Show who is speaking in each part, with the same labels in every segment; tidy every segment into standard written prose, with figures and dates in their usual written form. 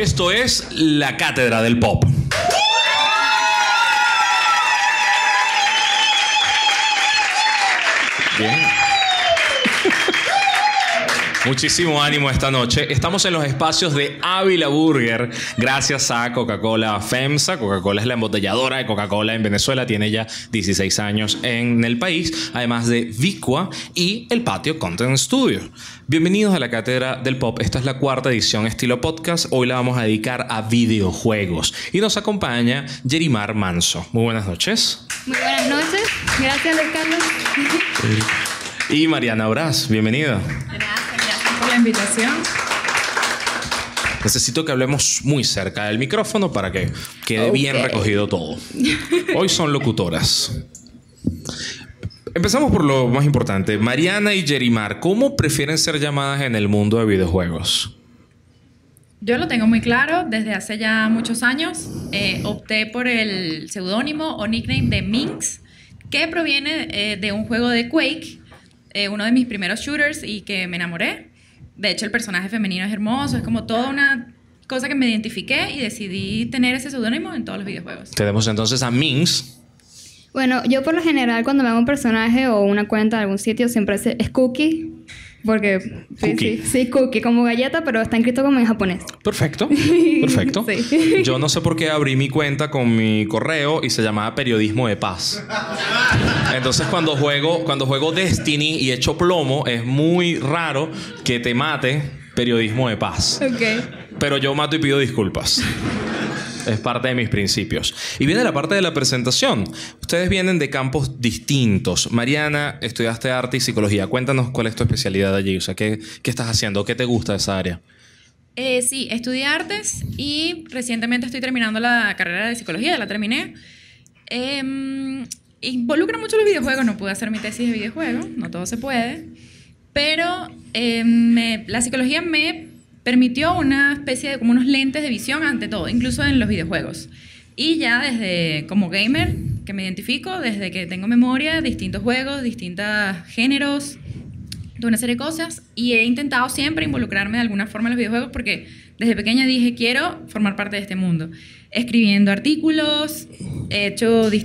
Speaker 1: Esto es la Cátedra del Pop. Bien. Muchísimo ánimo esta noche. Estamos en los espacios de Ávila Burger gracias a Coca-Cola FEMSA. Coca-Cola es la embotelladora de Coca-Cola en Venezuela. Tiene ya 16 años en el país. Además de Vicua y el Patio Content Studio. Bienvenidos a la Cátedra del Pop. Esta es la 4ª edición estilo podcast. Hoy la vamos a dedicar a videojuegos. Y nos acompaña Yerimar Manso. Muy buenas noches.
Speaker 2: Muy buenas noches. Gracias, Luis Carlos.
Speaker 1: Y Mariana Obraz. Bienvenida.
Speaker 3: Por la invitación.
Speaker 1: Necesito que hablemos muy cerca del micrófono para que quede bien recogido todo. Hoy son locutoras. Empezamos por lo más importante. Mariana y Yerimar, ¿cómo prefieren ser llamadas en el mundo de videojuegos?
Speaker 3: Yo lo tengo muy claro. Desde hace ya muchos años opté por el seudónimo o nickname de Minx, que proviene de un juego de Quake, uno de mis primeros shooters y que me enamoré. De hecho, el personaje femenino es hermoso, es como toda una cosa que me identifiqué y decidí tener ese seudónimo en todos los videojuegos.
Speaker 1: Tenemos entonces a Minx.
Speaker 2: Bueno, yo por lo general cuando me hago un personaje o una cuenta de algún sitio siempre es Cookie. Porque sí, Cookie, como galleta, pero está escrito como en japonés.
Speaker 1: Perfecto.
Speaker 2: Sí.
Speaker 1: Yo no sé por qué abrí mi cuenta con mi correo y se llamaba Periodismo de Paz. Entonces cuando juego Destiny y echo plomo, es muy raro que te mate Periodismo de Paz.
Speaker 2: Okay.
Speaker 1: Pero yo mato y pido disculpas. Es parte de mis principios. Y viene la parte de la presentación. Ustedes vienen de campos distintos. Mariana, estudiaste arte y psicología. Cuéntanos cuál es tu especialidad allí. O sea, ¿qué estás haciendo? ¿Qué te gusta de esa área?
Speaker 3: Sí, estudié artes y recientemente estoy terminando la carrera de psicología. Ya la terminé. Involucra mucho los videojuegos. No pude hacer mi tesis de videojuegos. No todo se puede. Pero la psicología me permitió una especie de como unos lentes de visión ante todo, incluso en los videojuegos. Y ya desde como gamer, que me identifico, desde que tengo memoria, distintos juegos, distintos géneros, de una serie de cosas, y he intentado siempre involucrarme de alguna forma en los videojuegos porque desde pequeña dije, quiero formar parte de este mundo. Escribiendo artículos, he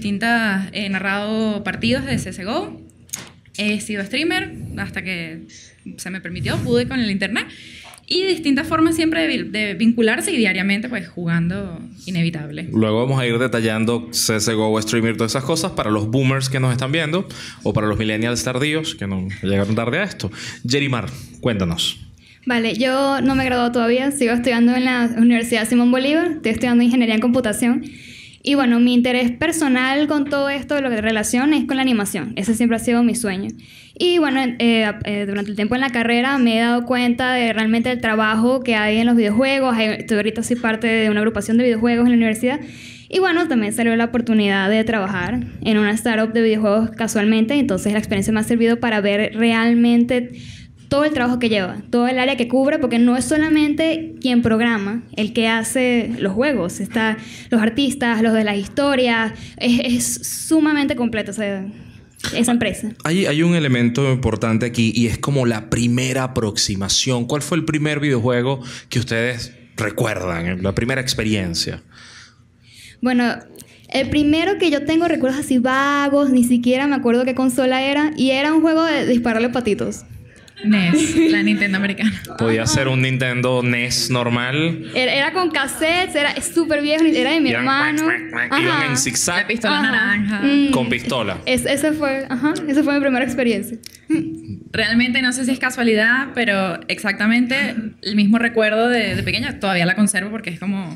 Speaker 3: narrado partidos de CSGO, he sido streamer hasta que se me permitió, pude con el internet. Y distintas formas siempre de vincularse y diariamente pues jugando inevitable.
Speaker 1: Luego vamos a ir detallando CSGO, streamer, todas esas cosas para los boomers que nos están viendo o para los millennials tardíos que no llegaron tarde a esto. Yerimar, cuéntanos.
Speaker 2: Vale, yo no me he graduado todavía. Sigo estudiando en la Universidad Simón Bolívar. Estoy estudiando Ingeniería en Computación. Y bueno, mi interés personal con todo esto, lo que relaciona es con la animación. Ese siempre ha sido mi sueño. Y bueno, durante el tiempo en la carrera me he dado cuenta de realmente el trabajo que hay en los videojuegos. Estoy ahorita soy parte de una agrupación de videojuegos en la universidad. Y bueno, también salió la oportunidad de trabajar en una startup de videojuegos casualmente. Entonces la experiencia me ha servido para ver realmente todo el trabajo que lleva, todo el área que cubre, porque no es solamente quien programa, el que hace los juegos, está los artistas, los de las historias, es sumamente completa esa empresa.
Speaker 1: Hay un elemento importante aquí y es como la primera aproximación. ¿Cuál fue el primer videojuego que ustedes recuerdan, la primera experiencia?
Speaker 2: Bueno, el primero que yo tengo recuerdos así vagos, ni siquiera me acuerdo qué consola era, y era un juego de dispararle patitos.
Speaker 3: NES, la Nintendo americana.
Speaker 1: Podía ser un Nintendo NES normal.
Speaker 2: Era con cassettes, era súper viejo, era de mi hermano.
Speaker 1: Iban en zigzag.
Speaker 3: La pistola naranja.
Speaker 1: Con pistola.
Speaker 2: Esa fue mi primera experiencia.
Speaker 3: Realmente no sé si es casualidad, pero exactamente el mismo recuerdo de pequeña. Todavía la conservo porque es como...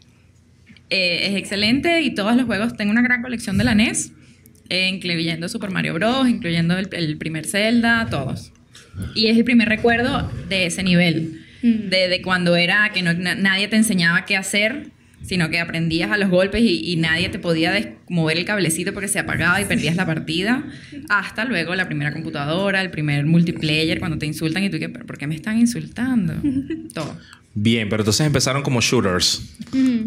Speaker 3: es excelente y todos los juegos... Tengo una gran colección de la NES, incluyendo Super Mario Bros., incluyendo el primer Zelda, todos. Y es el primer recuerdo de ese nivel, de cuando era que nadie te enseñaba qué hacer, sino que aprendías a los golpes y nadie te podía mover el cablecito porque se apagaba y perdías la partida, hasta luego la primera computadora, el primer multiplayer, cuando te insultan y tú que, ¿pero por qué me están insultando? Todo.
Speaker 1: Bien, pero entonces empezaron como shooters.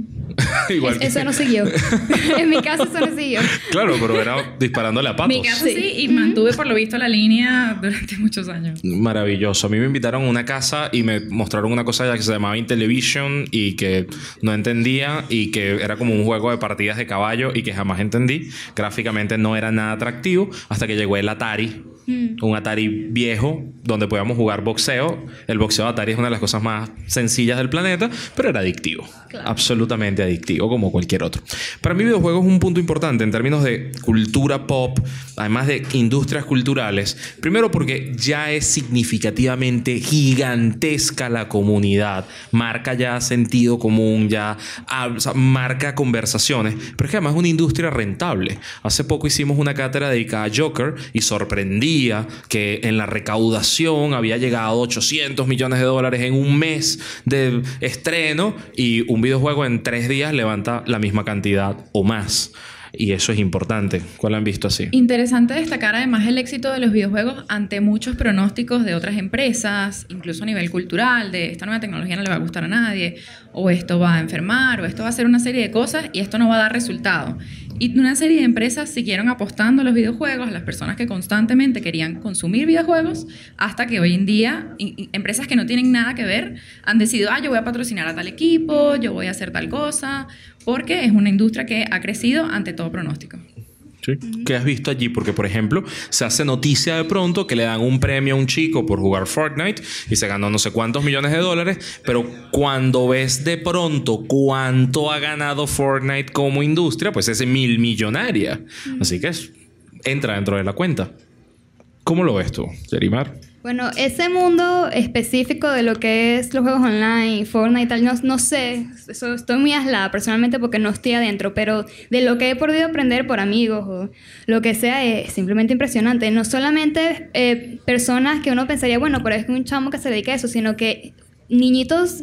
Speaker 1: Igual
Speaker 2: eso no siguió. En mi caso eso no siguió.
Speaker 1: Claro, pero era disparándole a patos.
Speaker 3: Mi caso sí, y mantuve por lo visto la línea durante muchos años.
Speaker 1: Maravilloso. A mí me invitaron a una casa y me mostraron una cosa que se llamaba Intellivision y que no entendía y que era como un juego de partidas de caballo y que jamás entendí. Gráficamente no era nada atractivo hasta que llegó el Atari. Un Atari viejo donde podíamos jugar boxeo. El boxeo de Atari es una de las cosas más sencillas del planeta, pero era adictivo.
Speaker 2: Claro.
Speaker 1: Absolutamente adictivo, como cualquier otro. Para mí, videojuegos es un punto importante en términos de cultura pop, además de industrias culturales. Primero, porque ya es significativamente gigantesca la comunidad. Marca ya sentido común, ya o sea, marca conversaciones. Pero es que además es una industria rentable. Hace poco hicimos una cátedra dedicada a Joker y sorprendía que en la recaudación había llegado a $800 millones en un mes de estreno y un videojuego en 3 días levanta la misma cantidad o más. Y eso es importante. ¿Cuál han visto así?
Speaker 3: Interesante destacar además el éxito de los videojuegos ante muchos pronósticos de otras empresas, incluso a nivel cultural, de esta nueva tecnología no le va a gustar a nadie, o esto va a enfermar, o esto va a hacer una serie de cosas y esto no va a dar resultado. Y una serie de empresas siguieron apostando a los videojuegos, a las personas que constantemente querían consumir videojuegos, hasta que hoy en día empresas que no tienen nada que ver han decidido, yo voy a patrocinar a tal equipo, yo voy a hacer tal cosa, porque es una industria que ha crecido ante todo pronóstico.
Speaker 1: ¿Sí? ¿Qué has visto allí? Porque, por ejemplo, se hace noticia de pronto que le dan un premio a un chico por jugar Fortnite y se ganó no sé cuántos millones de dólares, pero cuando ves de pronto cuánto ha ganado Fortnite como industria, pues es millonaria. Así que entra dentro de la cuenta. ¿Cómo lo ves tú, Yerimar?
Speaker 2: Bueno, ese mundo específico de lo que es los juegos online, Fortnite y tal, no sé, eso estoy muy aislada personalmente porque no estoy adentro, pero de lo que he podido aprender por amigos o lo que sea es simplemente impresionante. No solamente personas que uno pensaría, bueno, pero es un chamo que se dedica a eso, sino que niñitos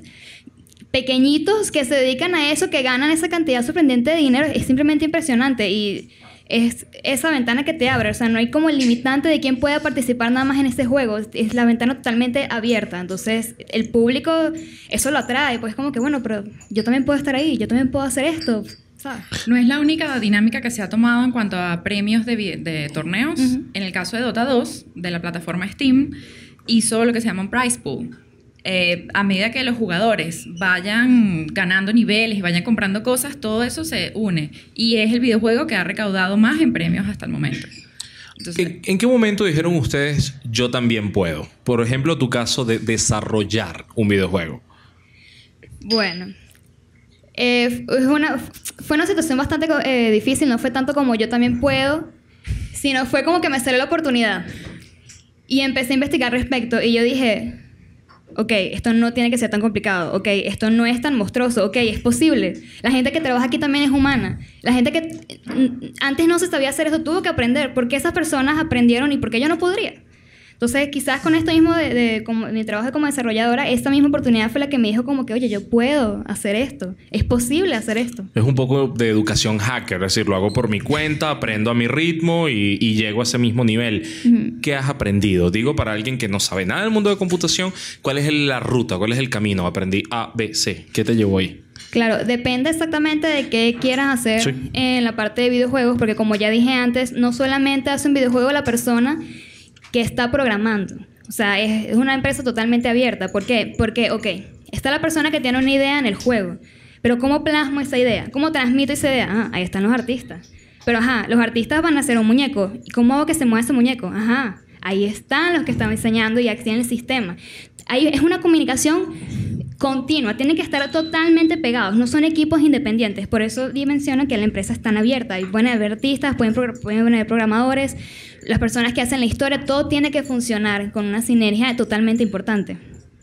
Speaker 2: pequeñitos que se dedican a eso, que ganan esa cantidad sorprendente de dinero, es simplemente impresionante y es esa ventana que te abre, o sea, no hay como el limitante de quién pueda participar nada más en este juego, es la ventana totalmente abierta, entonces el público eso lo atrae, pues como que bueno, pero yo también puedo estar ahí, yo también puedo hacer esto, ¿sabes?
Speaker 3: No es la única dinámica que se ha tomado en cuanto a premios de torneos. En el caso de Dota 2, de la plataforma Steam, hizo lo que se llama un prize pool. A medida que los jugadores vayan ganando niveles y vayan comprando cosas, todo eso se une. Y es el videojuego que ha recaudado más en premios hasta el momento. Entonces,
Speaker 1: ¿En qué momento dijeron ustedes, yo también puedo? Por ejemplo, tu caso de desarrollar un videojuego.
Speaker 2: Bueno, fue una situación bastante difícil, no fue tanto como yo también puedo, sino fue como que me salió la oportunidad. Y empecé a investigar respecto y yo dije, ok, esto no tiene que ser tan complicado, ok, esto no es tan monstruoso, ok, es posible. La gente que trabaja aquí también es humana. La gente que antes no se sabía hacer eso tuvo que aprender. ¿Por qué esas personas aprendieron y por qué yo no podría? Entonces, quizás con esto mismo como mi trabajo como desarrolladora, esta misma oportunidad fue la que me dijo como que, oye, yo puedo hacer esto. Es posible hacer esto.
Speaker 1: Es un poco de educación hacker, es decir, lo hago por mi cuenta, aprendo a mi ritmo y llego a ese mismo nivel. ¿Qué has aprendido? Digo, para alguien que no sabe nada del mundo de computación, ¿cuál es la ruta? ¿Cuál es el camino? Aprendí A, B, C. ¿Qué te llevó ahí?
Speaker 2: Claro, depende exactamente de qué quieras hacer en la parte de videojuegos, porque como ya dije antes, no solamente hace un videojuego la persona que está programando. O sea, es una empresa totalmente abierta. ¿Por qué? Porque, ok, está la persona que tiene una idea en el juego, pero ¿cómo plasmo esa idea? ¿Cómo transmito esa idea? Ahí están los artistas. Pero, los artistas van a hacer un muñeco. ¿Y cómo hago que se mueva ese muñeco? Ahí están los que están diseñando y activan el sistema. Ahí es una comunicación continua, tienen que estar totalmente pegados, no son equipos independientes, por eso menciono que la empresa es tan abierta, y pueden haber artistas, pueden haber programadores, las personas que hacen la historia, todo tiene que funcionar con una sinergia totalmente importante.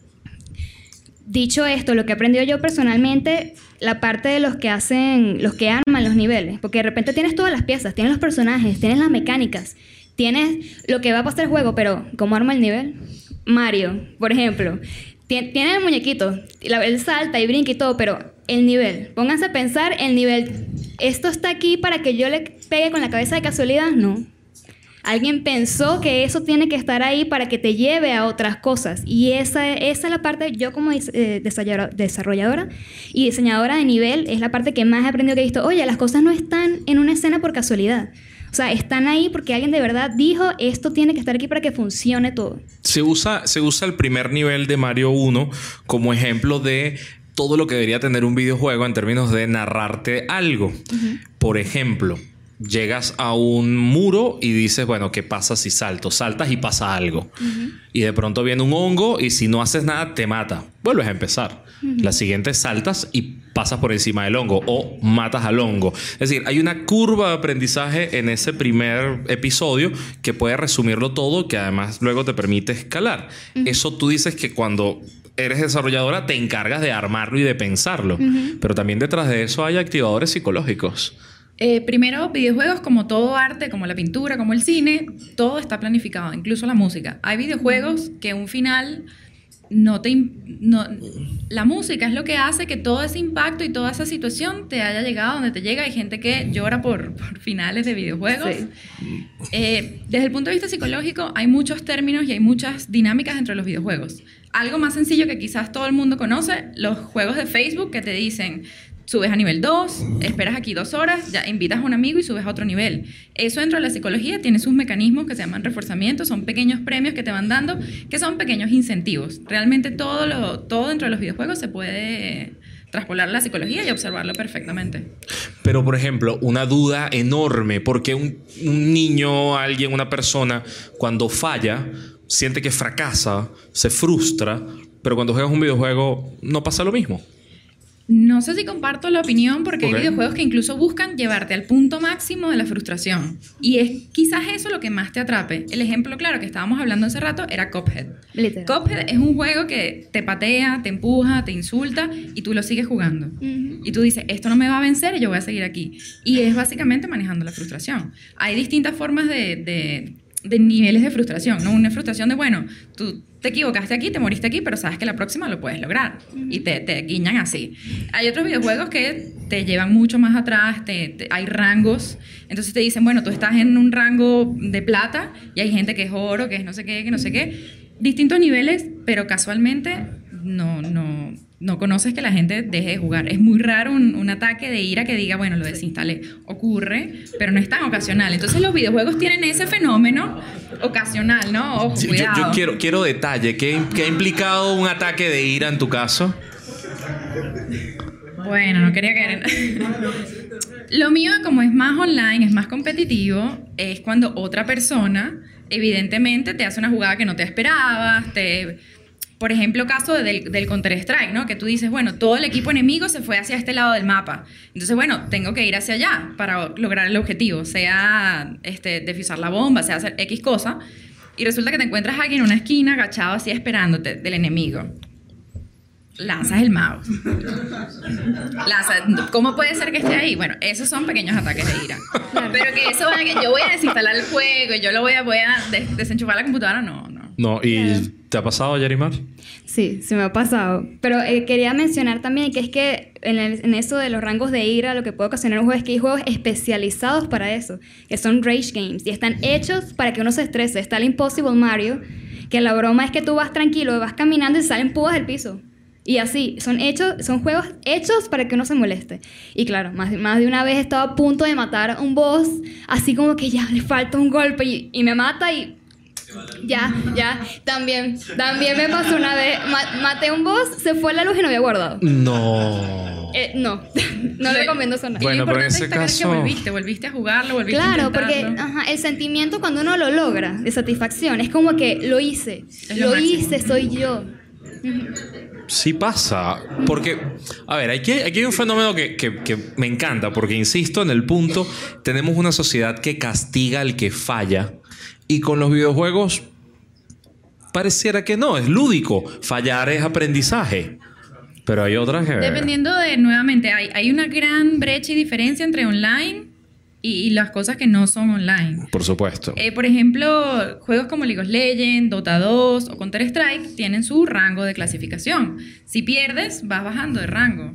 Speaker 2: Dicho esto, lo que he aprendido yo personalmente, la parte de los que arman los niveles, porque de repente tienes todas las piezas, tienes los personajes, tienes las mecánicas, tienes lo que va a pasar el juego, pero ¿cómo arma el nivel? Mario, por ejemplo, tiene el muñequito, él salta y brinca y todo, pero el nivel, pónganse a pensar el nivel esto está aquí para que yo le pegue con la cabeza de casualidad, no. Alguien pensó que eso tiene que estar ahí para que te lleve a otras cosas. Y esa es la parte, yo como desarrolladora y diseñadora de nivel, es la parte que más he aprendido, que he visto, oye, las cosas no están en una escena por casualidad. O sea, están ahí porque alguien de verdad dijo, esto tiene que estar aquí para que funcione todo.
Speaker 1: Se usa el primer nivel de Mario 1 como ejemplo de todo lo que debería tener un videojuego en términos de narrarte algo. Por ejemplo, llegas a un muro y dices, bueno, ¿qué pasa si salto? Saltas y pasa algo. Y de pronto viene un hongo y si no haces nada te mata. Vuelves a empezar. La siguiente saltas y pasas por encima del hongo o matas al hongo. Es decir, hay una curva de aprendizaje en ese primer episodio que puede resumirlo todo, que además luego te permite escalar. Eso tú dices que cuando eres desarrolladora te encargas de armarlo y de pensarlo. Pero también detrás de eso hay activadores psicológicos.
Speaker 3: Primero, videojuegos, como todo arte, como la pintura, como el cine, todo está planificado, incluso la música. Hay videojuegos que un final la música es lo que hace que todo ese impacto y toda esa situación te haya llegado donde te llega. Hay gente que llora por finales de videojuegos. Sí. Desde el punto de vista psicológico, hay muchos términos y hay muchas dinámicas dentro de los videojuegos. Algo más sencillo que quizás todo el mundo conoce, los juegos de Facebook que te dicen: subes a nivel 2, esperas aquí 2 horas, ya invitas a un amigo y subes a otro nivel. Eso dentro de la psicología tiene sus mecanismos que se llaman reforzamiento, son pequeños premios que te van dando, que son pequeños incentivos. Realmente todo dentro de los videojuegos se puede traspolar a la psicología y observarlo perfectamente.
Speaker 1: Pero, por ejemplo, una duda enorme, porque un niño, alguien, una persona, cuando falla, siente que fracasa, se frustra, pero cuando juegas un videojuego no pasa lo mismo.
Speaker 3: No sé si comparto la opinión, porque hay videojuegos que incluso buscan llevarte al punto máximo de la frustración. Y es quizás eso lo que más te atrape. El ejemplo claro que estábamos hablando hace rato era Cuphead. Literal. Cuphead es un juego que te patea, te empuja, te insulta y tú lo sigues jugando. Y tú dices, esto no me va a vencer y yo voy a seguir aquí. Y es básicamente manejando la frustración. Hay distintas formas de niveles de frustración, ¿no? Una frustración de, bueno, tú te equivocaste aquí, te moriste aquí, pero sabes que la próxima lo puedes lograr. Y te guiñan así. Hay otros videojuegos que te llevan mucho más atrás, hay rangos. Entonces te dicen, bueno, tú estás en un rango de plata y hay gente que es oro, que es no sé qué, que no sé qué. Distintos niveles, pero casualmente no conoces que la gente deje de jugar. Es muy raro un ataque de ira que diga, bueno, lo desinstalé. Ocurre, pero no es tan ocasional. Entonces los videojuegos tienen ese fenómeno ocasional, ¿no? Ojo, cuidado.
Speaker 1: Yo quiero detalle. ¿Qué ha implicado un ataque de ira en tu caso?
Speaker 3: Bueno, no quería caer en... Lo mío, como es más online, es más competitivo, es cuando otra persona evidentemente te hace una jugada que no te esperabas, por ejemplo, caso del Counter-Strike, ¿no? Que tú dices, bueno, todo el equipo enemigo se fue hacia este lado del mapa. Entonces, bueno, tengo que ir hacia allá para lograr el objetivo, sea defusar la bomba, sea hacer X cosa. Y resulta que te encuentras aquí en una esquina, agachado así, esperándote del enemigo. Lanzas el mouse. ¿Cómo puede ser que esté ahí? Bueno, esos son pequeños ataques de ira. Pero que eso va a que yo voy a desinstalar el juego y yo lo voy a desenchufar la computadora, no.
Speaker 1: No, ¿y te ha pasado, Yarimar?
Speaker 2: Sí, me ha pasado. Pero quería mencionar también que es que en eso de los rangos de ira, lo que puede ocasionar un juego es que hay juegos especializados para eso, que son rage games, y están hechos para que uno se estrese. Está el Impossible Mario, que la broma es que tú vas tranquilo, vas caminando y salen púas del piso. Y así, son juegos hechos para que uno se moleste. Y claro, más de una vez he estado a punto de matar a un boss, así como que ya le falta un golpe y me mata y... Ya, también me pasó una vez, maté a un boss, se fue la luz y no había guardado.
Speaker 1: No
Speaker 2: recomiendo eso.
Speaker 1: Bueno, pero en ese caso
Speaker 3: que volviste a jugarlo, volviste a intentarlo.
Speaker 2: Claro, porque el sentimiento cuando uno lo logra de satisfacción es como que lo hice, soy yo.
Speaker 1: Sí pasa, porque, a ver, aquí hay un fenómeno que me encanta, porque insisto en el punto, tenemos una sociedad que castiga al que falla, y con los videojuegos pareciera que no, es lúdico, fallar es aprendizaje, pero hay otras que...
Speaker 3: Dependiendo nuevamente, hay una gran brecha y diferencia entre online y las cosas que no son online.
Speaker 1: Por supuesto.
Speaker 3: Por ejemplo, juegos como League of Legends, Dota 2 o Counter-Strike tienen su rango de clasificación. Si pierdes, vas bajando de rango.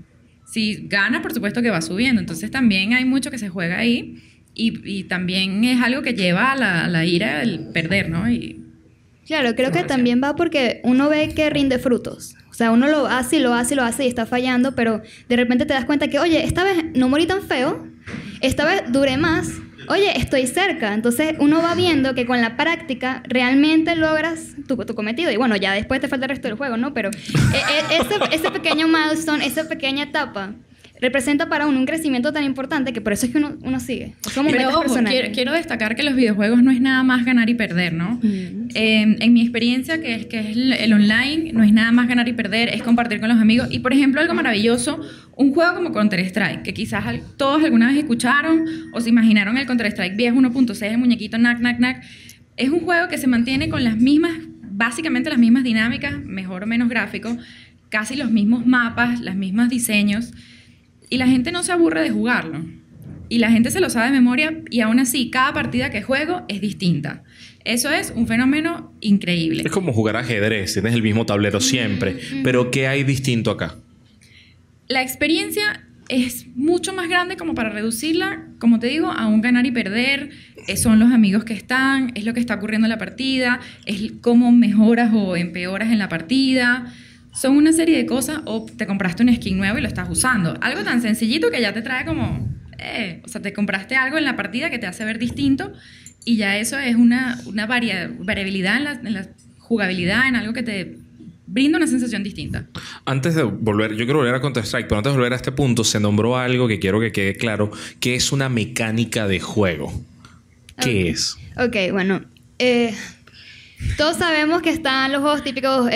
Speaker 3: Si ganas, por supuesto que va subiendo. Entonces también hay mucho que se juega ahí y también es algo que lleva a la ira el perder, ¿no?
Speaker 2: Claro, creo que también va porque uno ve que rinde frutos. O sea, uno lo hace y lo hace y lo hace y está fallando, pero de repente te das cuenta que, oye, esta vez no morí tan feo, esta vez duré más, oye, estoy cerca. Entonces uno va viendo que con la práctica realmente logras tu cometido. Y bueno, ya después te falta el resto del juego, ¿no? Pero ese pequeño milestone, esa pequeña etapa, representa para uno un crecimiento tan importante que por eso es que uno sigue. Es como
Speaker 3: pero ojo, quiero destacar que los videojuegos no es nada más ganar y perder, ¿no? En mi experiencia, que es el online, no es nada más ganar y perder, es compartir con los amigos. Y por ejemplo, algo maravilloso, un juego como Counter-Strike, que quizás todos alguna vez escucharon o se imaginaron el Counter-Strike viejo 1.6, el muñequito nac, nac, nac. Es un juego que se mantiene con básicamente las mismas dinámicas, mejor o menos gráficos, casi los mismos mapas, los mismos diseños. Y la gente no se aburre de jugarlo. Y la gente se lo sabe de memoria y aún así cada partida que juego es distinta. Eso es un fenómeno increíble.
Speaker 1: Es como jugar ajedrez, tienes el mismo tablero siempre. Pero ¿qué hay distinto acá?
Speaker 3: La experiencia es mucho más grande como para reducirla, como te digo, a un ganar y perder. Son los amigos que están, es lo que está ocurriendo en la partida, es cómo mejoras o empeoras en la partida. Son una serie de cosas, o te compraste un skin nuevo y lo estás usando. Algo tan sencillito que ya te trae como... o sea, te compraste algo en la partida que te hace ver distinto y ya eso es una variabilidad en la jugabilidad, en algo que te brinda una sensación distinta.
Speaker 1: Antes de volver, yo quiero volver a Counter-Strike, pero antes de volver a este punto, se nombró algo que quiero que quede claro, que es una mecánica de juego. ¿Qué es?
Speaker 2: Ok, bueno. Todos sabemos que están los juegos típicos...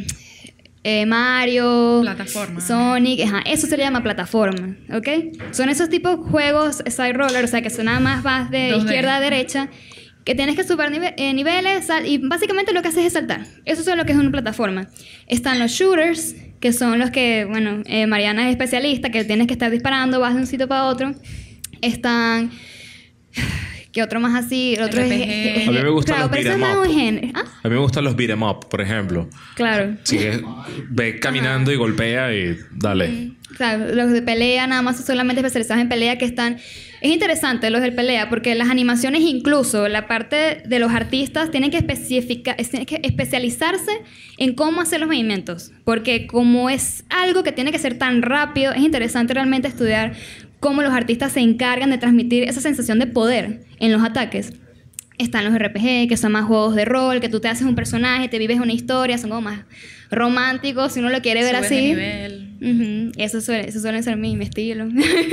Speaker 2: Mario,
Speaker 3: plataforma,
Speaker 2: Sonic, eso se le llama plataforma, ¿ok? Son esos tipos de juegos side roller, o sea, que son nada más vas de 2D. Izquierda a derecha, que tienes que subir niveles y básicamente lo que haces es saltar. Eso es lo que es una plataforma. Están los shooters, que son los que, bueno, Mariana es especialista, que tienes que estar disparando, vas de un sitio para otro. Están... ¿Qué otro más así? El otro
Speaker 1: es... A mí me gustan los beat 'em up. A mí me gustan los beat 'em up, por ejemplo.
Speaker 2: Claro.
Speaker 1: Sí, ve caminando y golpea y dale.
Speaker 2: Claro, los de pelea nada más solamente especializados en pelea que están... Es interesante los de pelea porque las animaciones, incluso la parte de los artistas, tienen que especializarse en cómo hacer los movimientos. Porque como es algo que tiene que ser tan rápido, es interesante realmente estudiar cómo los artistas se encargan de transmitir esa sensación de poder en los ataques. Están los RPG, que son más juegos de rol, que tú te haces un personaje, te vives una historia, son como más románticos, si uno lo quiere ver así.
Speaker 3: De nivel.
Speaker 2: Eso suele ser mi estilo.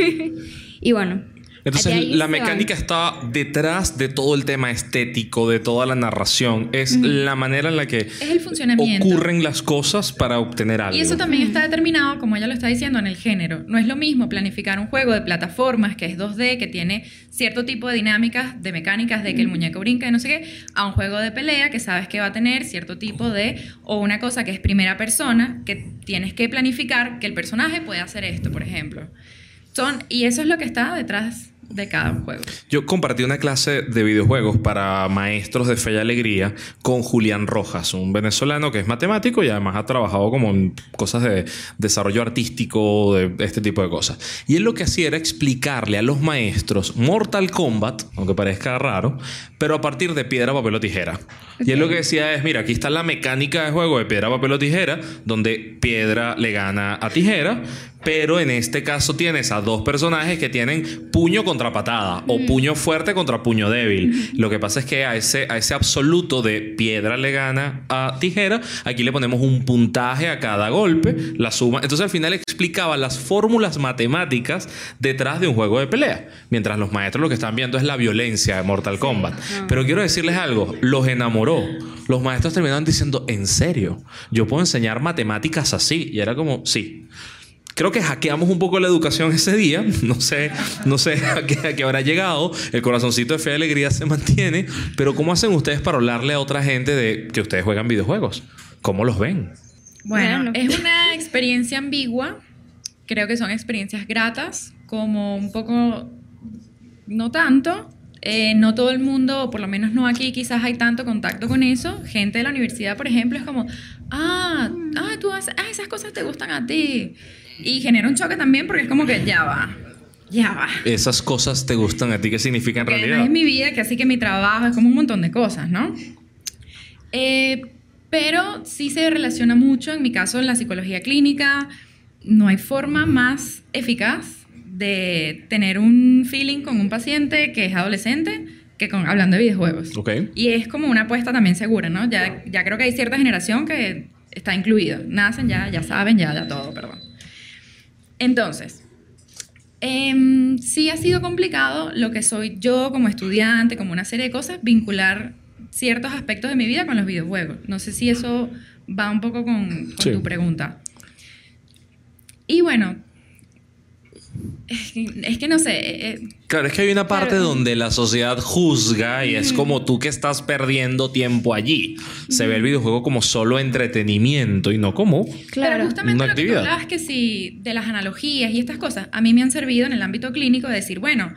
Speaker 2: Y bueno...
Speaker 1: Entonces la mecánica está detrás de todo el tema estético, de toda la narración. Es la manera en la que
Speaker 3: es el funcionamiento.
Speaker 1: Ocurren las cosas para obtener algo.
Speaker 3: Y eso también está determinado, como ella lo está diciendo, en el género. No es lo mismo planificar un juego de plataformas que es 2D, que tiene cierto tipo de dinámicas, de mecánicas, de que el muñeco brinca y no sé qué, a un juego de pelea que sabes que va a tener cierto tipo de... O una cosa que es primera persona, que tienes que planificar que el personaje puede hacer esto, por ejemplo. Y eso es lo que está detrás de cada juego.
Speaker 1: Yo compartí una clase de videojuegos para maestros de fe y alegría con Julián Rojas, un venezolano que es matemático y además ha trabajado como en cosas de desarrollo artístico, de este tipo de cosas. Y él lo que hacía era explicarle a los maestros Mortal Kombat, aunque parezca raro, pero a partir de piedra, papel o tijera. Okay. Y él lo que decía es, mira, aquí está la mecánica de juego de piedra, papel o tijera, donde piedra le gana a tijera, pero en este caso tienes a dos personajes que tienen puño contra patada o puño fuerte contra puño débil. Lo que pasa es que a ese absoluto de piedra le gana a tijera, aquí le ponemos un puntaje a cada golpe, la suma. Entonces al final explicaba las fórmulas matemáticas detrás de un juego de pelea, mientras los maestros lo que están viendo es la violencia de Mortal Kombat. Pero quiero decirles algo, los enamoró. Los maestros terminaron diciendo, ¿en serio? ¿Yo puedo enseñar matemáticas así? Y era como, sí. Creo que hackeamos un poco la educación ese día. No sé a qué habrá llegado. El corazoncito de fe y alegría se mantiene. Pero ¿cómo hacen ustedes para hablarle a otra gente de que ustedes juegan videojuegos? ¿Cómo los ven?
Speaker 3: Bueno, es una experiencia ambigua. Creo que son experiencias gratas, como un poco... No tanto. No todo el mundo, o por lo menos no aquí, quizás hay tanto contacto con eso. Gente de la universidad, por ejemplo, es como... esas cosas te gustan a ti. Y genera un choque también porque es como que ya va.
Speaker 1: ¿Esas cosas te gustan a ti? ¿Qué significan en
Speaker 3: Que
Speaker 1: realidad?
Speaker 3: no es mi vida, que así que mi trabajo, es como un montón de cosas, ¿no? Pero sí se relaciona mucho, en mi caso, en la psicología clínica. No hay forma más eficaz de tener un feeling con un paciente que es adolescente que hablando de videojuegos.
Speaker 1: Okay.
Speaker 3: Y es como una apuesta también segura, ¿no? Ya creo que hay cierta generación que está incluida. Nacen ya saben, ya todo, perdón. Entonces, sí ha sido complicado lo que soy yo como estudiante, como una serie de cosas, vincular ciertos aspectos de mi vida con los videojuegos. No sé si eso va un poco con
Speaker 1: Sí.
Speaker 3: tu pregunta. Y bueno, es que no sé.
Speaker 1: Claro, es que hay una parte
Speaker 3: Claro.
Speaker 1: donde la sociedad juzga y es como tú que estás perdiendo tiempo allí. Se ve el videojuego como solo entretenimiento y no como...
Speaker 2: Claro.
Speaker 3: Pero justamente
Speaker 1: Una
Speaker 3: lo que tú
Speaker 1: actividad.
Speaker 3: hablabas que sí, de las analogías y estas cosas, a mí me han servido en el ámbito clínico de decir, bueno,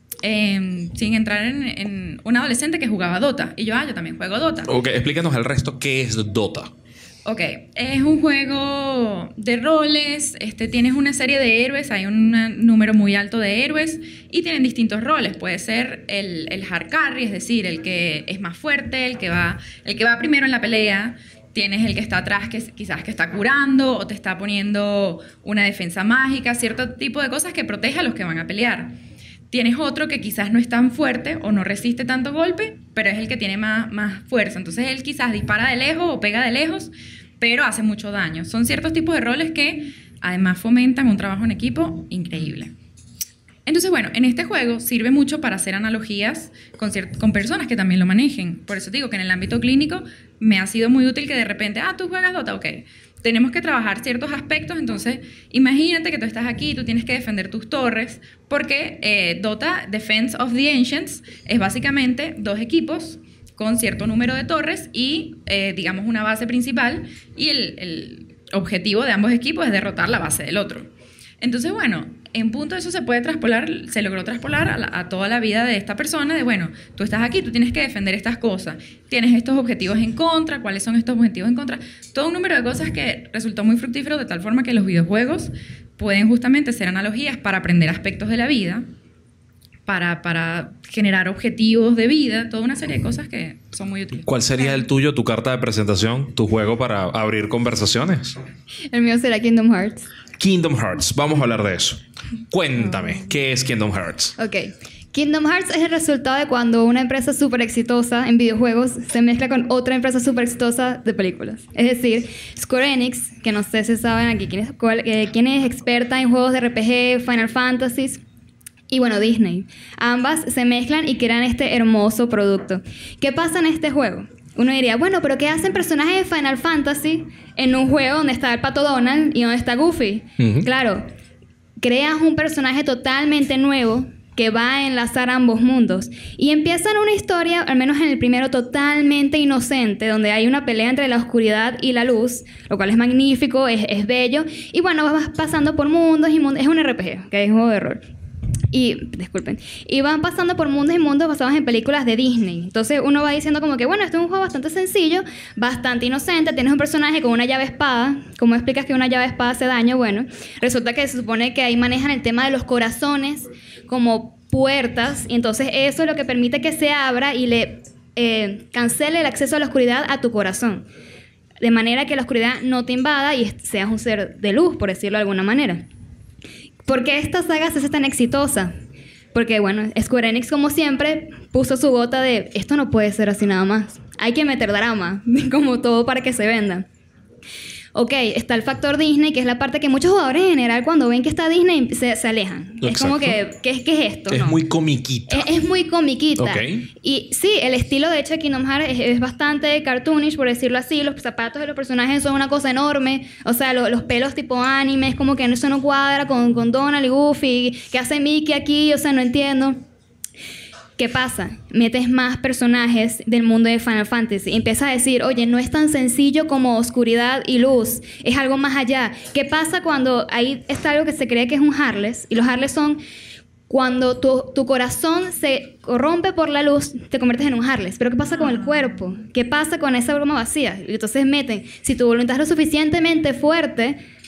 Speaker 3: sin entrar en un adolescente que jugaba Dota. Y yo también juego Dota.
Speaker 1: Ok, explícanos al resto qué es Dota.
Speaker 3: Ok, es un juego de roles, tienes una serie de héroes, hay un número muy alto de héroes y tienen distintos roles. Puede ser el hard carry, es decir, el que es más fuerte, el que va primero en la pelea. Tienes el que está atrás, que quizás que está curando o te está poniendo una defensa mágica, cierto tipo de cosas que protege a los que van a pelear. Tienes otro que quizás no es tan fuerte o no resiste tanto golpe, pero es el que tiene más fuerza. Entonces él quizás dispara de lejos o pega de lejos, pero hace mucho daño. Son ciertos tipos de roles que además fomentan un trabajo en equipo increíble. Entonces, bueno, en este juego sirve mucho para hacer analogías con personas que también lo manejen. Por eso digo que en el ámbito clínico me ha sido muy útil que de repente, tú juegas Dota, ok. Tenemos que trabajar ciertos aspectos, entonces imagínate que tú estás aquí y tú tienes que defender tus torres, porque Dota Defense of the Ancients es básicamente dos equipos con cierto número de torres y, digamos, una base principal, y el objetivo de ambos equipos es derrotar la base del otro. Entonces, bueno, en punto eso se logró traspolar a toda la vida de esta persona, de bueno, tú estás aquí, tú tienes que defender estas cosas, tienes estos objetivos en contra, ¿cuáles son estos objetivos en contra? Todo un número de cosas que resultó muy fructífero, de tal forma que los videojuegos pueden justamente ser analogías para aprender aspectos de la vida, para generar objetivos de vida, toda una serie de cosas que son muy útiles.
Speaker 1: ¿Cuál sería el tuyo, tu carta de presentación, tu juego para abrir conversaciones?
Speaker 2: El mío será Kingdom Hearts.
Speaker 1: Kingdom Hearts, vamos a hablar de eso. Cuéntame, ¿qué es Kingdom Hearts?
Speaker 2: Ok. Kingdom Hearts es el resultado de cuando una empresa súper exitosa en videojuegos se mezcla con otra empresa súper exitosa de películas. Es decir, Square Enix, que no sé si saben aquí quién es experta en juegos de RPG, Final Fantasy, y bueno, Disney. Ambas se mezclan y crean este hermoso producto. ¿Qué pasa en este juego? Uno diría, bueno, pero ¿qué hacen personajes de Final Fantasy en un juego donde está el Pato Donald y donde está Goofy?
Speaker 1: Ujú.
Speaker 2: Claro, creas un personaje totalmente nuevo que va a enlazar ambos mundos. Y empiezan una historia, al menos en el primero, totalmente inocente, donde hay una pelea entre la oscuridad y la luz, lo cual es magnífico, es bello. Y bueno, vas pasando por mundos y mundos. Es un RPG, que es un juego de rol. Y van pasando por mundos y mundos basados en películas de Disney. Entonces uno va diciendo como que, bueno, este es un juego bastante sencillo, bastante inocente. Tienes un personaje con una llave espada. ¿Cómo explicas que una llave espada hace daño? Bueno, resulta que se supone que ahí manejan el tema de los corazones como puertas. Y entonces eso es lo que permite que se abra y le cancele el acceso a la oscuridad a tu corazón. De manera que la oscuridad no te invada y seas un ser de luz, por decirlo de alguna manera. ¿Por qué esta saga se hace tan exitosa? Porque, bueno, Square Enix, como siempre, puso su gota de esto no puede ser así nada más. Hay que meter drama, como todo para que se venda. Ok, está el factor Disney, que es la parte que muchos jugadores en general, cuando ven que está Disney, se alejan.
Speaker 1: Exacto.
Speaker 2: Es como que, ¿qué es esto?
Speaker 1: Es
Speaker 2: No.
Speaker 1: muy comiquita.
Speaker 2: Es muy comiquita.
Speaker 1: Ok.
Speaker 2: Y sí, el estilo de hecho de Kingdom Hearts es bastante cartoonish, por decirlo así. Los zapatos de los personajes son una cosa enorme. O sea, los pelos tipo anime, es como que eso no cuadra con Donald y Goofy. ¿Qué hace Mickey aquí? O sea, no entiendo. ¿Qué pasa? Metes más personajes del mundo de Final Fantasy y empiezas a decir, oye, no es tan sencillo como oscuridad y luz, es algo más allá. ¿Qué pasa cuando ahí está algo que se cree que es un Heartless? Y los Heartless son cuando tu corazón se corrompe por la luz, te conviertes en un Heartless. Pero ¿qué pasa con el cuerpo? ¿Qué pasa con esa broma vacía? Y entonces meten, si tu voluntad es lo suficientemente fuerte,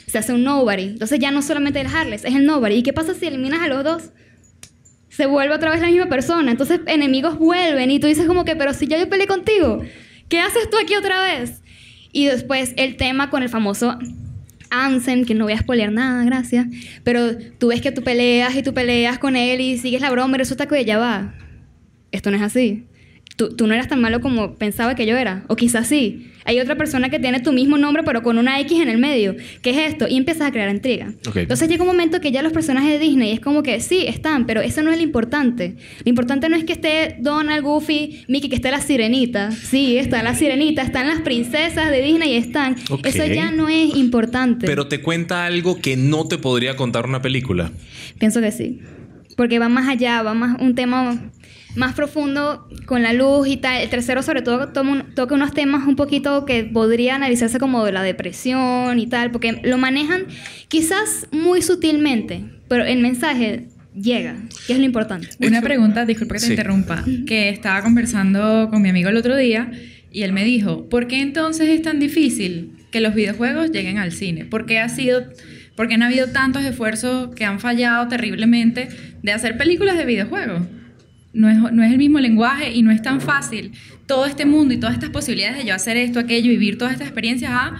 Speaker 2: se hace un nobody. Entonces ya no solamente el Heartless, es el nobody. ¿Y qué pasa si eliminas a los dos? Se vuelve otra vez la misma persona. Entonces enemigos vuelven y tú dices como que, pero si ya yo peleé contigo, ¿qué haces tú aquí otra vez? Y después el tema con el famoso Ansem, que no voy a spoilear nada, gracias, pero tú ves que tú peleas y tú peleas con él y sigues la broma y resulta que ya va. Esto no es así. Tú no eras tan malo como pensaba que yo era. O quizás sí. Hay otra persona que tiene tu mismo nombre pero con una X en el medio. ¿Qué es esto? Y empiezas a crear intriga.
Speaker 1: Okay.
Speaker 2: Entonces llega un momento que ya los personajes de Disney es como que sí, están, pero eso no es lo importante. Lo importante no es que esté Donald, Goofy, Mickey, que esté la sirenita. Sí, está la sirenita, están las princesas de Disney y están.
Speaker 1: Okay.
Speaker 2: Eso ya no es importante.
Speaker 1: Pero te cuenta algo que no te podría contar una película.
Speaker 2: Pienso que sí. Porque va más allá, va más un tema más profundo con la luz y tal. El tercero sobre todo toca unos temas un poquito que podría analizarse como de la depresión y tal, porque lo manejan quizás muy sutilmente, pero el mensaje llega, que es lo importante.
Speaker 3: Una pregunta, disculpa que te interrumpa, que estaba conversando con mi amigo el otro día y él me dijo, ¿por qué entonces es tan difícil que los videojuegos lleguen al cine? ¿Por qué han habido tantos esfuerzos que han fallado terriblemente de hacer películas de videojuegos? No es el mismo lenguaje y no es tan fácil todo este mundo y todas estas posibilidades de yo hacer esto, aquello, vivir todas estas experiencias a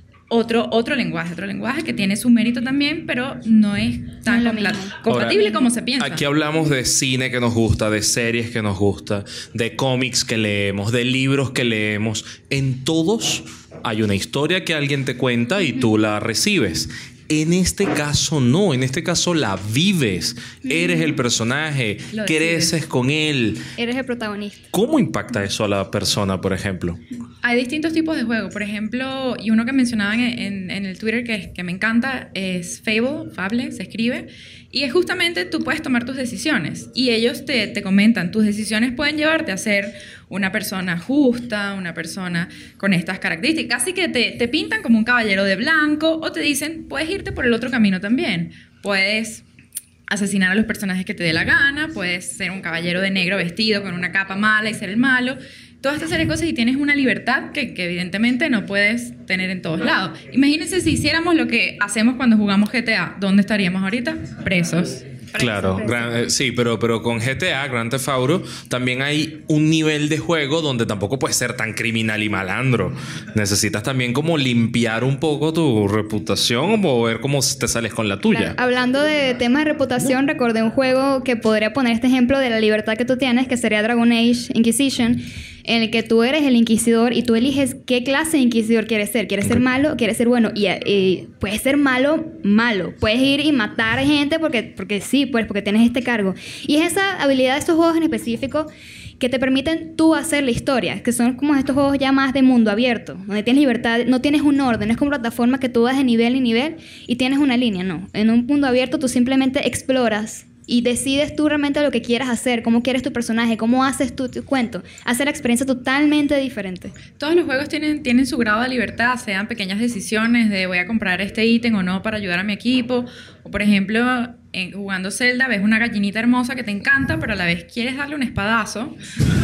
Speaker 3: otro lenguaje que tiene su mérito también, pero no es tan compatible
Speaker 1: ahora,
Speaker 3: como se piensa.
Speaker 1: Aquí hablamos de cine que nos gusta, de series que nos gusta, de cómics que leemos, de libros que leemos. En todos hay una historia que alguien te cuenta y tú la recibes. En este caso no, en este caso la vives, eres el personaje, creces con él.
Speaker 2: Eres el protagonista.
Speaker 1: ¿Cómo impacta eso a la persona, por ejemplo?
Speaker 3: Hay distintos tipos de juegos, por ejemplo, y uno que mencionaban en el Twitter que me encanta es Fable, se escribe, y es justamente tú puedes tomar tus decisiones y ellos te comentan, tus decisiones pueden llevarte a ser una persona justa, una persona con estas características, casi que te pintan como un caballero de blanco o te dicen, puedes irte por el otro camino también, puedes asesinar a los personajes que te dé la gana, puedes ser un caballero de negro vestido con una capa mala y ser el malo, toda esta serie de cosas y tienes una libertad que evidentemente no puedes tener en todos lados. Imagínense si hiciéramos lo que hacemos cuando jugamos GTA, ¿dónde estaríamos ahorita? Presos.
Speaker 1: Claro, sí, pero con GTA, Grand Theft Auto, también hay un nivel de juego donde tampoco puedes ser tan criminal y malandro. Necesitas también como limpiar un poco tu reputación o ver cómo te sales con la tuya.
Speaker 2: Claro, hablando de temas de reputación, recordé un juego que podría poner este ejemplo de la libertad que tú tienes, que sería Dragon Age Inquisition, en el que tú eres el inquisidor y tú eliges qué clase de inquisidor quieres ser. ¿Quieres ser malo o quieres ser bueno? Y puedes ser malo. Puedes ir y matar gente porque sí, pues porque tienes este cargo. Y es esa habilidad de estos juegos en específico que te permiten tú hacer la historia, que son como estos juegos ya más de mundo abierto, donde tienes libertad, no tienes un orden, no es como plataforma que tú vas de nivel en nivel y tienes una línea, no. En un mundo abierto tú simplemente exploras y decides tú realmente lo que quieras hacer, cómo quieres tu personaje, cómo haces tu cuento. Hace la experiencia totalmente diferente.
Speaker 3: Todos los juegos tienen su grado de libertad, sean pequeñas decisiones de voy a comprar este ítem o no para ayudar a mi equipo. O por ejemplo, jugando Zelda ves una gallinita hermosa que te encanta, pero a la vez quieres darle un espadazo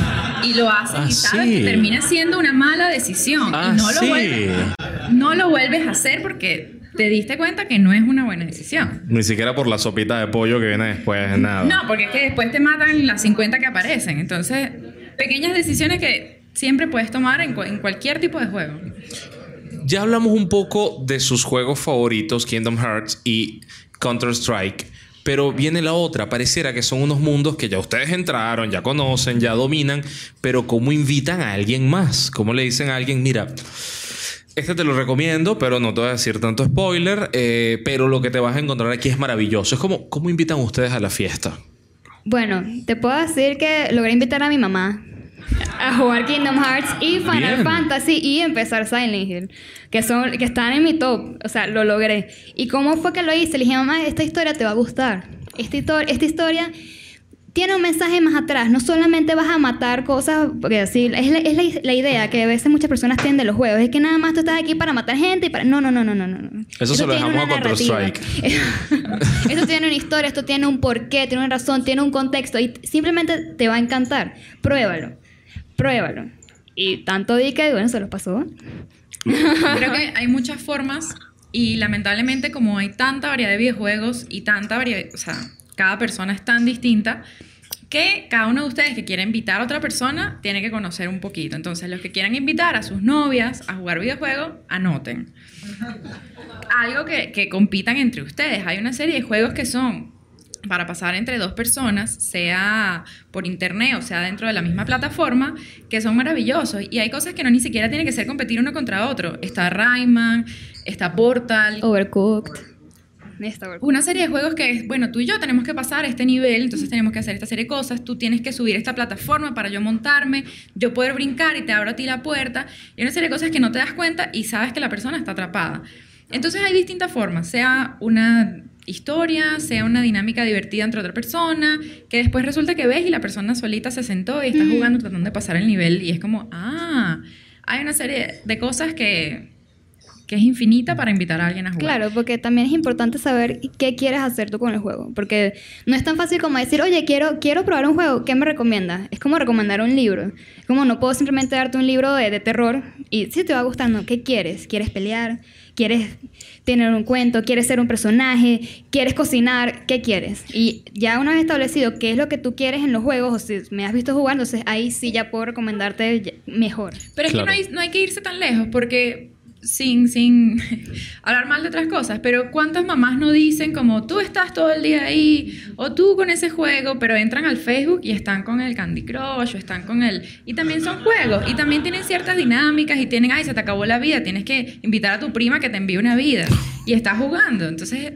Speaker 3: y lo haces y sabes que termina siendo una mala decisión. Y no lo vuelves a hacer porque te diste cuenta que no es una buena decisión.
Speaker 1: Ni siquiera por la sopita de pollo que viene después, nada.
Speaker 3: No, porque es que después te matan las 50 que aparecen. Entonces, pequeñas decisiones que siempre puedes tomar en cualquier tipo de juego.
Speaker 1: Ya hablamos un poco de sus juegos favoritos, Kingdom Hearts y Counter-Strike. Pero viene la otra. Pareciera que son unos mundos que ya ustedes entraron, ya conocen, ya dominan. Pero ¿cómo invitan a alguien más? ¿Cómo le dicen a alguien, mira, este te lo recomiendo, pero no te voy a decir tanto spoiler, pero lo que te vas a encontrar aquí es maravilloso? Es como, ¿cómo invitan ustedes a la fiesta?
Speaker 2: Bueno, te puedo decir que logré invitar a mi mamá a jugar Kingdom Hearts y Final Fantasy y empezar Silent Hill, que están en mi top. O sea, lo logré. ¿Y cómo fue que lo hice? Le dije, mamá, esta historia te va a gustar. Esta historia tiene un mensaje más atrás. No solamente vas a matar cosas, porque así es la idea que a veces muchas personas tienen de los juegos. Es que nada más tú estás aquí para matar gente y para... No.
Speaker 1: Eso se lo dejamos a Counter-Strike.
Speaker 2: Esto tiene una historia, esto tiene un porqué, tiene una razón, tiene un contexto y simplemente te va a encantar. Pruébalo. Y tanto di que, bueno, se los pasó.
Speaker 3: Creo que hay muchas formas Y lamentablemente, como hay tanta variedad de videojuegos y tanta variedad, o sea, cada persona es tan distinta, que cada uno de ustedes que quiera invitar a otra persona tiene que conocer un poquito. Entonces, los que quieran invitar a sus novias a jugar videojuegos, anoten. Algo que compitan entre ustedes. Hay una serie de juegos que son para pasar entre dos personas, sea por internet o sea dentro de la misma plataforma, que son maravillosos. Y hay cosas que no ni siquiera tienen que ser competir uno contra otro. Está Rayman, está Portal.
Speaker 2: Overcooked.
Speaker 3: Una serie de juegos que es, bueno, tú y yo tenemos que pasar este nivel, entonces tenemos que hacer esta serie de cosas, tú tienes que subir esta plataforma para yo montarme, yo poder brincar y te abro a ti la puerta, y una serie de cosas que no te das cuenta y sabes que la persona está atrapada. Entonces hay distintas formas, sea una historia, sea una dinámica divertida entre otra persona, que después resulta que ves y la persona solita se sentó y está jugando tratando de pasar el nivel, y es como, hay una serie de cosas que es infinita para invitar a alguien a jugar.
Speaker 2: Claro, porque también es importante saber qué quieres hacer tú con el juego. Porque no es tan fácil como decir, oye, quiero probar un juego, ¿qué me recomiendas? Es como recomendar un libro. Es como no puedo simplemente darte un libro de terror y si te va gustando, ¿qué quieres? ¿Quieres pelear? ¿Quieres tener un cuento? ¿Quieres ser un personaje? ¿Quieres cocinar? ¿Qué quieres? Y ya una vez establecido qué es lo que tú quieres en los juegos, o si me has visto jugar, entonces ahí sí ya puedo recomendarte mejor.
Speaker 3: Pero es que no hay que irse tan lejos, porque sin hablar mal de otras cosas, pero ¿cuántas mamás no dicen como tú estás todo el día ahí o tú con ese juego, pero entran al Facebook y están con el Candy Crush o están con el... Y también son juegos y también tienen ciertas dinámicas y tienen, se te acabó la vida, tienes que invitar a tu prima que te envíe una vida y estás jugando, entonces...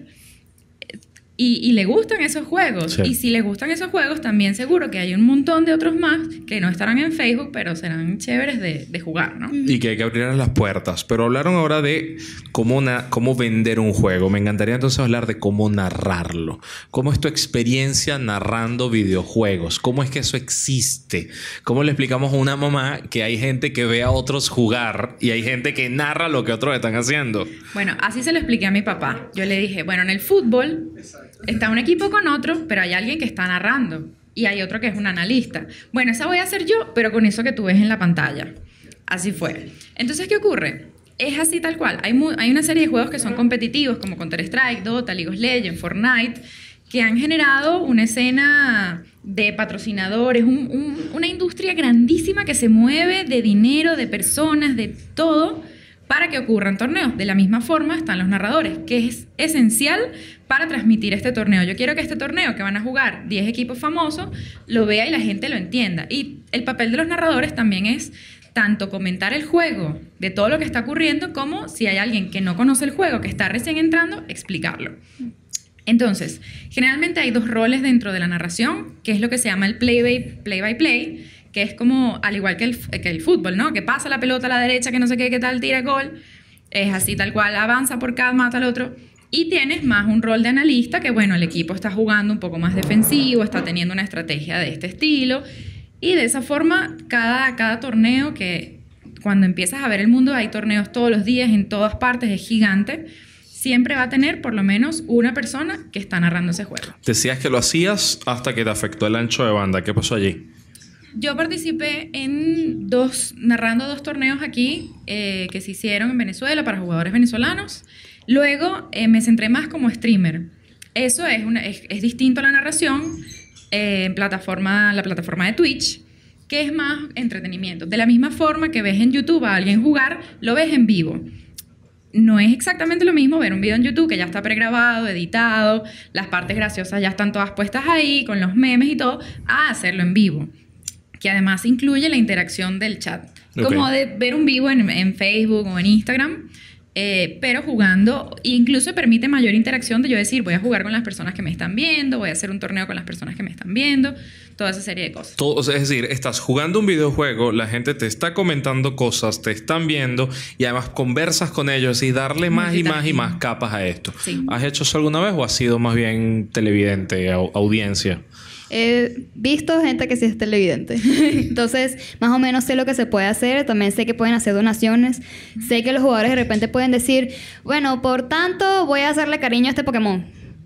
Speaker 3: Y le gustan esos juegos. Sí. Y si les gustan esos juegos, también seguro que hay un montón de otros más que no estarán en Facebook, pero serán chéveres de jugar, ¿no?
Speaker 1: Y que hay que abrir las puertas. Pero hablaron ahora de cómo vender un juego. Me encantaría entonces hablar de cómo narrarlo. ¿Cómo es tu experiencia narrando videojuegos? ¿Cómo es que eso existe? ¿Cómo le explicamos a una mamá que hay gente que ve a otros jugar y hay gente que narra lo que otros están haciendo?
Speaker 3: Bueno, así se lo expliqué a mi papá. Yo le dije, bueno, en el fútbol... está un equipo con otro, pero hay alguien que está narrando y hay otro que es un analista. Bueno, esa voy a hacer yo, pero con eso que tú ves en la pantalla. Así fue. Entonces, ¿qué ocurre? Es así tal cual. Hay una serie de juegos que son competitivos, como Counter-Strike, Dota, League of Legends, Fortnite, que han generado una escena de patrocinadores, una industria grandísima que se mueve de dinero, de personas, de todo, para que ocurran torneos. De la misma forma están los narradores, que es esencial para transmitir este torneo. Yo quiero que este torneo que van a jugar 10 equipos famosos lo vea y la gente lo entienda. Y el papel de los narradores también es tanto comentar el juego de todo lo que está ocurriendo, como si hay alguien que no conoce el juego, que está recién entrando, explicarlo. Entonces, generalmente hay dos roles dentro de la narración, que es lo que se llama el play-by-play, que es como, al igual que el fútbol, ¿no? Que pasa la pelota a la derecha, que no sé qué tal, tira gol. Es así tal cual, avanza por cada, mata al otro. Y tienes más un rol de analista, que bueno, el equipo está jugando un poco más defensivo, está teniendo una estrategia de este estilo. Y de esa forma, cada torneo, que cuando empiezas a ver el mundo, hay torneos todos los días, en todas partes, es gigante, siempre va a tener por lo menos una persona que está narrando ese juego.
Speaker 1: Decías que lo hacías hasta que te afectó el ancho de banda. ¿Qué pasó allí?
Speaker 3: Yo participé narrando 2 torneos aquí que se hicieron en Venezuela para jugadores venezolanos. Luego me centré más como streamer. Eso es distinto a la narración en la plataforma de Twitch, que es más entretenimiento. De la misma forma que ves en YouTube a alguien jugar, lo ves en vivo. No es exactamente lo mismo ver un video en YouTube que ya está pregrabado, editado, las partes graciosas ya están todas puestas ahí, con los memes y todo, a hacerlo en vivo, que además incluye la interacción del chat. Okay. Como de ver un vivo en Facebook o en Instagram, pero jugando, incluso permite mayor interacción de yo decir, voy a jugar con las personas que me están viendo, voy a hacer un torneo con las personas que me están viendo, toda esa serie de cosas.
Speaker 1: Es decir, estás jugando un videojuego, la gente te está comentando cosas, te están viendo y además conversas con ellos y darle más y más y más capas a esto. Sí. ¿Has hecho eso alguna vez o has sido más bien televidente, audiencia?
Speaker 2: He visto gente que sí es televidente. Entonces, más o menos sé lo que se puede hacer. También sé que pueden hacer donaciones. Sé que los jugadores de repente pueden decir, bueno, por tanto, voy a hacerle cariño a este Pokémon.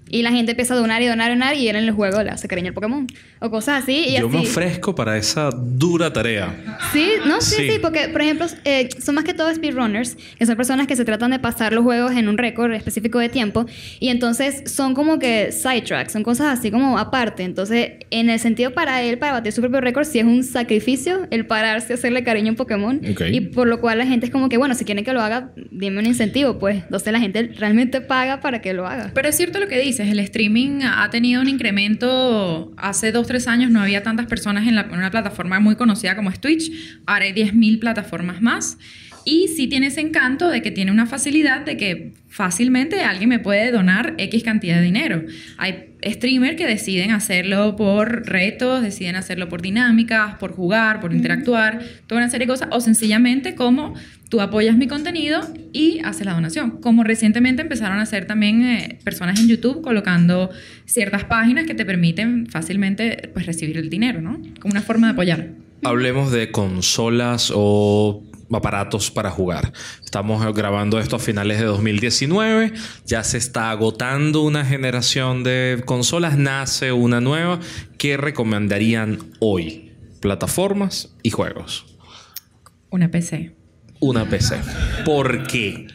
Speaker 2: Y la gente empieza a donar y donar y donar y él en el juego le hace cariño al Pokémon. O cosas así y
Speaker 1: Yo
Speaker 2: así.
Speaker 1: me ofrezco para esa dura tarea.
Speaker 2: Sí, no, sí,
Speaker 1: Sí.
Speaker 2: sí, porque, por ejemplo, son más que todo speedrunners, que son personas que se tratan de pasar los juegos en un récord específico de tiempo, y entonces son como que sidetracks, son cosas así como aparte. Entonces, en el sentido para él, para batir su propio récord, sí es un sacrificio el pararse a hacerle cariño a un Pokémon.
Speaker 1: Ok.
Speaker 2: Y por lo cual la gente es como que, bueno, si quieren que lo haga, dime un incentivo, pues. Entonces la gente realmente paga para que lo haga.
Speaker 3: Pero es cierto lo que dices, el streaming ha tenido un incremento. Hace 2-3 años no había tantas personas en una plataforma muy conocida como es Twitch. Ahora hay 10.000 plataformas más. Y sí tiene ese encanto de que tiene una facilidad de que fácilmente alguien me puede donar X cantidad de dinero. Hay streamers que deciden hacerlo por retos, deciden hacerlo por dinámicas, por jugar, por interactuar, toda una serie de cosas. O sencillamente como tú apoyas mi contenido y haces la donación. Como recientemente empezaron a hacer también personas en YouTube colocando ciertas páginas que te permiten fácilmente pues, recibir el dinero, ¿no? Como una forma de apoyar.
Speaker 1: Hablemos de consolas o aparatos para jugar. Estamos grabando esto a finales de 2019. Ya se está agotando una generación de consolas. Nace una nueva. ¿Qué recomendarían hoy? Plataformas y juegos.
Speaker 3: Una PC.
Speaker 1: Una PC. ¿Por qué?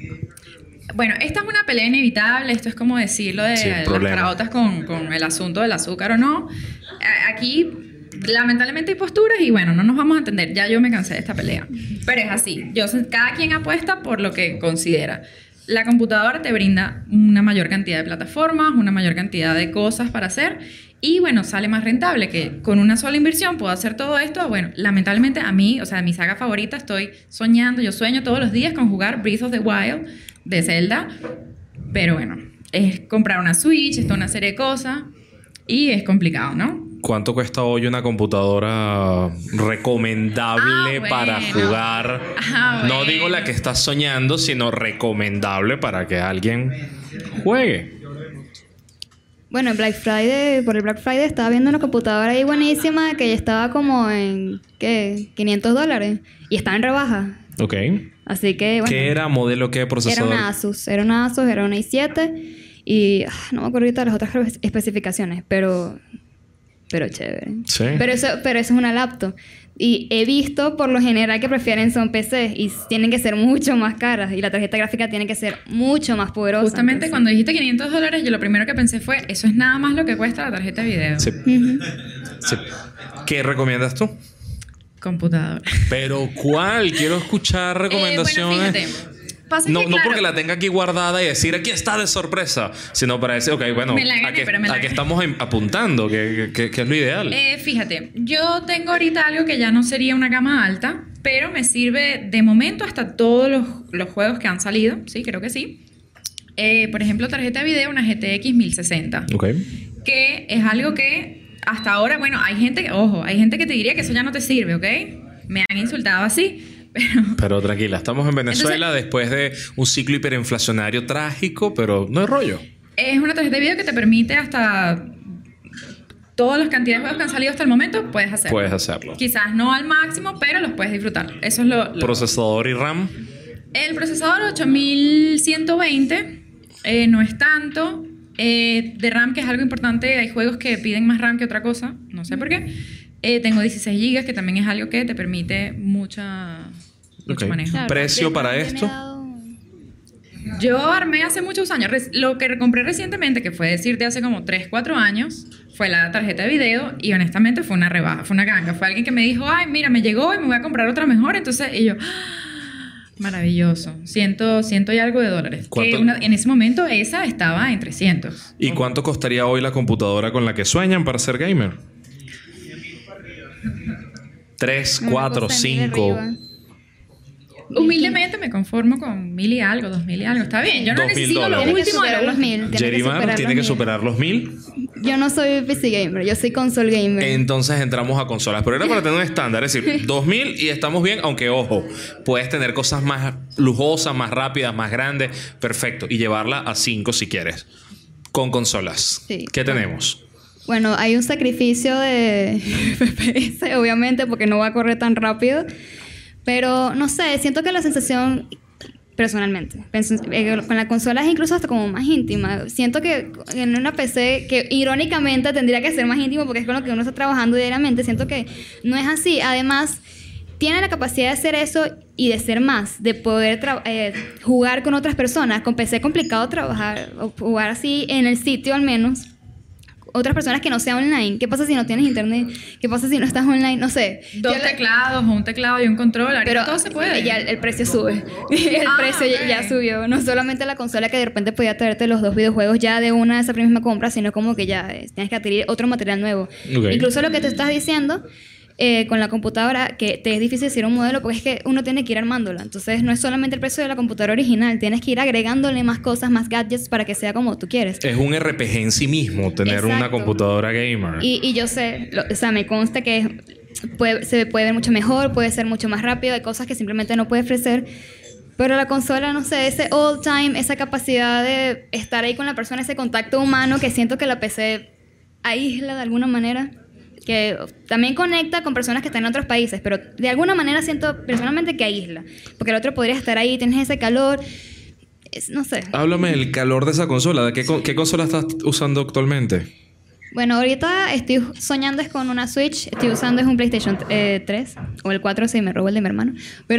Speaker 3: Bueno, esta es una pelea inevitable. Esto es como decirlo de
Speaker 1: Sin
Speaker 3: las
Speaker 1: problema.
Speaker 3: caraotas con el asunto del azúcar o no. Aquí, lamentablemente, hay posturas y bueno, no nos vamos a entender. Ya yo me cansé de esta pelea. Pero es así. Cada quien apuesta por lo que considera. La computadora te brinda una mayor cantidad de plataformas, una mayor cantidad de cosas para hacer. Y bueno, sale más rentable que con una sola inversión puedo hacer todo esto. Bueno, lamentablemente a mí, o sea, mi saga favorita, estoy soñando, yo sueño todos los días con jugar Breath of the Wild de Zelda. Pero bueno, es comprar una Switch, es toda una serie de cosas y es complicado, ¿no?
Speaker 1: ¿Cuánto cuesta hoy una computadora recomendable
Speaker 3: Bueno.
Speaker 1: para jugar? No
Speaker 3: Bueno.
Speaker 1: digo la que estás soñando, sino recomendable para que alguien juegue.
Speaker 2: Bueno, por el Black Friday estaba viendo una computadora ahí buenísima que ya estaba como en, ¿qué? $500. Y estaba en rebaja.
Speaker 1: Ok.
Speaker 2: Así que, bueno.
Speaker 1: ¿Qué era? ¿Modelo qué? ¿Procesador?
Speaker 2: Era una i7 y no me acuerdo ahorita de las otras especificaciones, pero chévere.
Speaker 1: Sí.
Speaker 2: Pero eso es una laptop. Y he visto por lo general que prefieren son PC y tienen que ser mucho más caras y la tarjeta gráfica tiene que ser mucho más poderosa.
Speaker 3: Justamente
Speaker 2: entonces.
Speaker 3: cuando dijiste $500, yo lo primero que pensé fue, eso es nada más lo que cuesta la tarjeta de video.
Speaker 1: Sí. Sí. ¿Qué recomiendas tú?
Speaker 3: Computadora.
Speaker 1: ¿Pero cuál? Quiero escuchar recomendaciones.
Speaker 3: Bueno, fíjate. Pasa
Speaker 1: No,
Speaker 3: que,
Speaker 1: no
Speaker 3: claro,
Speaker 1: porque la tenga aquí guardada y decir aquí está de sorpresa, sino para decir, ok, bueno,
Speaker 3: Me la gané, pero me la
Speaker 1: a qué
Speaker 3: gané.
Speaker 1: estamos apuntando, que es lo ideal.
Speaker 3: Fíjate, yo tengo ahorita algo que ya no sería una gama alta, pero me sirve de momento hasta todos los juegos que han salido, sí, creo que sí. Por ejemplo, tarjeta de video, una GTX 1060,
Speaker 1: Ok.
Speaker 3: que es algo que hasta ahora, bueno, hay gente que te diría que eso ya no te sirve, ¿ok? Me han insultado así,
Speaker 1: Pero tranquila, estamos en Venezuela después de un ciclo hiperinflacionario trágico, pero no hay rollo.
Speaker 3: es una tarjeta de video que te permite hasta todas las cantidades de juegos que han salido hasta el momento, puedes hacerlo.
Speaker 1: Puedes hacerlo.
Speaker 3: Quizás no al máximo, pero los puedes disfrutar. Eso es lo
Speaker 1: Procesador y RAM.
Speaker 3: El procesador 8120 no es tanto. De RAM, que es algo importante, hay juegos que piden más RAM que otra cosa, no sé por qué. Tengo 16 GB, que también es algo que te permite mucho
Speaker 1: Ok.
Speaker 3: manejo.
Speaker 2: Claro,
Speaker 1: ¿Precio
Speaker 2: porque
Speaker 1: para
Speaker 2: me ha
Speaker 1: esto?
Speaker 2: dado-
Speaker 3: Yo armé hace muchos años. Lo que compré recientemente, que fue decirte hace como 3-4 años, fue la tarjeta de video y honestamente fue una rebaja, fue una ganga. Fue alguien que me dijo, ay, mira, me llegó y me voy a comprar otra mejor. Entonces, y yo, ¡ah! Maravilloso. Ciento y algo de dólares.
Speaker 1: ¿Cuánto?
Speaker 3: Que en ese momento esa estaba en 300.
Speaker 1: ¿Y cuánto costaría hoy la computadora con la que sueñan para ser gamer? 3,
Speaker 2: Una
Speaker 1: 4,
Speaker 2: cosa de
Speaker 1: 5.
Speaker 2: arriba.
Speaker 3: Humildemente me conformo con 1.000 y algo, 2.000 y algo. Está bien, yo no
Speaker 1: $2.000.
Speaker 3: necesito lo
Speaker 1: Tiene que
Speaker 3: último de
Speaker 2: superar
Speaker 3: lo
Speaker 2: los
Speaker 3: último.
Speaker 2: 1000.
Speaker 1: Jerimar tiene que superar los 1000.
Speaker 2: Yo no soy PC gamer, yo soy console gamer.
Speaker 1: Entonces entramos a consolas. Pero era para tener un estándar. Es decir, 2000 y estamos bien. Aunque, ojo, puedes tener cosas más lujosas, más rápidas, más grandes. Perfecto. Y llevarla a 5 si quieres. Con consolas.
Speaker 2: Sí.
Speaker 1: ¿Qué tenemos?
Speaker 2: Bueno, hay un sacrificio de FPS, obviamente, porque no va a correr tan rápido. Pero no sé, siento que la sensación personalmente. Con la consola es incluso hasta como más íntima. Siento que en una PC, que irónicamente tendría que ser más íntimo porque es con lo que uno está trabajando diariamente, siento que no es así. Además, tiene la capacidad de hacer eso y de ser más, de poder jugar con otras personas. Con PC es complicado trabajar o jugar así en el sitio al menos. Otras personas que no sea online. ¿Qué pasa si no tienes internet? ¿Qué pasa si no estás online? No sé.
Speaker 3: Dos teclados o un teclado y un control. Pero todo se puede.
Speaker 2: Ya el precio sube. El precio ya subió. No solamente la consola que de repente podía traerte los 2 videojuegos ya de una de esa misma compra, sino como que ya tienes que adquirir otro material nuevo. Okay. Incluso lo que te estás diciendo con la computadora, que te es difícil decir un modelo porque es que uno tiene que ir armándola. Entonces no es solamente el precio de la computadora original, tienes que ir agregándole más cosas, más gadgets para que sea como tú quieres.
Speaker 1: Es un RPG en sí mismo tener Exacto. una computadora gamer.
Speaker 2: Y yo sé, o sea, me consta que se puede ver mucho mejor, puede ser mucho más rápido, hay cosas que simplemente no puede ofrecer. Pero la consola, no sé, ese all time, esa capacidad de estar ahí con la persona, ese contacto humano que siento que la PC aísla de alguna manera, que también conecta con personas que están en otros países, pero de alguna manera siento personalmente que aísla, porque el otro podría estar ahí, tienes ese calor, no sé.
Speaker 1: Háblame del calor de esa consola. ¿Qué consola estás usando actualmente?
Speaker 2: Bueno, ahorita estoy soñando es con una Switch, estoy usando es un PlayStation 3, o el 4 si me robo el de mi hermano,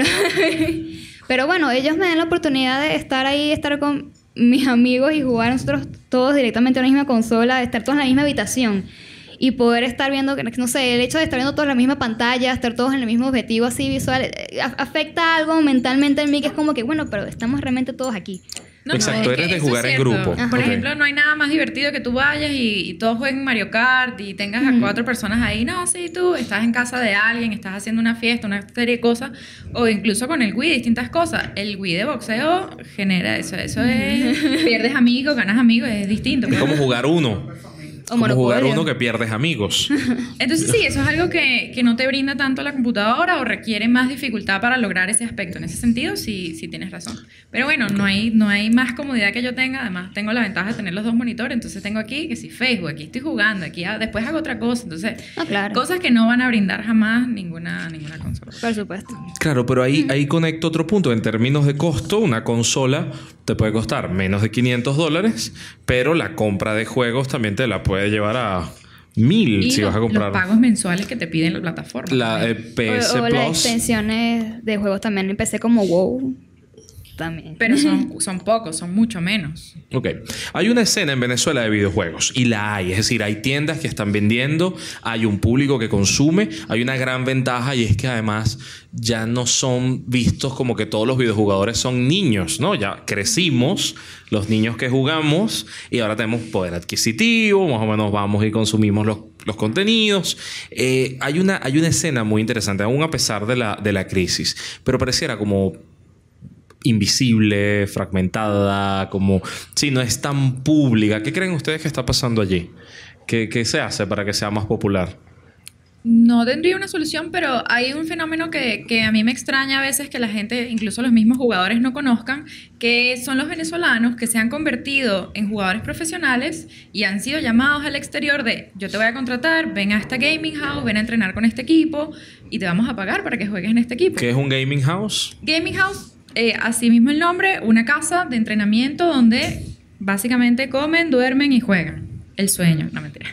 Speaker 2: pero bueno, ellos me dan la oportunidad de estar ahí, estar con mis amigos y jugar nosotros todos directamente en la misma consola, de estar todos en la misma habitación. Y poder estar viendo, no sé, el hecho de estar viendo todos en la misma pantalla, estar todos en el mismo objetivo así visual, afecta algo mentalmente en mí que es como que, bueno, pero estamos realmente todos aquí.
Speaker 3: No,
Speaker 1: Exacto, eres de jugar en grupo.
Speaker 3: Por ejemplo, no hay nada más divertido que tú vayas y todos jueguen Mario Kart y tengas a 4 personas ahí. No, sí, tú estás en casa de alguien, estás haciendo una fiesta, una serie de cosas, o incluso con el Wii, distintas cosas. El Wii de boxeo genera eso. Eso es, pierdes amigos, ganas amigos, es distinto.
Speaker 1: Es como jugar uno. Como jugar uno que pierdes amigos.
Speaker 3: Entonces sí, eso es algo que no te brinda tanto la computadora o requiere más dificultad para lograr ese aspecto. En ese sentido, sí tienes razón. Pero bueno, no hay más comodidad que yo tenga. Además, tengo la ventaja de tener los 2 monitores. Entonces tengo aquí, que sí, Facebook, aquí estoy jugando, aquí después hago otra cosa. Entonces,
Speaker 2: claro.
Speaker 3: Cosas que no van a brindar jamás ninguna consola.
Speaker 2: Por supuesto.
Speaker 1: Claro, pero ahí conecto otro punto. En términos de costo, una consola te puede costar menos de $500, pero la compra de juegos también te la puede llevar a 1,000 si vas a comprar.
Speaker 3: Los pagos mensuales que te piden la plataforma.
Speaker 1: La PS
Speaker 2: o
Speaker 1: Plus.
Speaker 2: las extensiones de juegos también empecé como WoW. También.
Speaker 3: Pero son pocos, son mucho menos.
Speaker 1: Ok. Hay una escena en Venezuela de videojuegos y la hay. Es decir, hay tiendas que están vendiendo, hay un público que consume, hay una gran ventaja y es que además ya no son vistos como que todos los videojugadores son niños, ¿no? Ya crecimos los niños que jugamos y ahora tenemos poder adquisitivo, más o menos vamos y consumimos los contenidos. Hay una escena muy interesante, aún a pesar de la crisis, pero pareciera como invisible, fragmentada, como si no es tan pública. ¿Qué creen ustedes que está pasando allí? ¿Qué se hace para que sea más popular?
Speaker 3: No tendría una solución, pero hay un fenómeno que a mí me extraña a veces que la gente, incluso los mismos jugadores, no conozcan, que son los venezolanos que se han convertido en jugadores profesionales y han sido llamados al exterior de yo te voy a contratar, ven a esta gaming house, ven a entrenar con este equipo y te vamos a pagar para que juegues en este equipo.
Speaker 1: ¿Qué es un gaming house?
Speaker 3: Gaming house, así mismo el nombre, una casa de entrenamiento donde básicamente comen, duermen y juegan. El sueño, no mentira.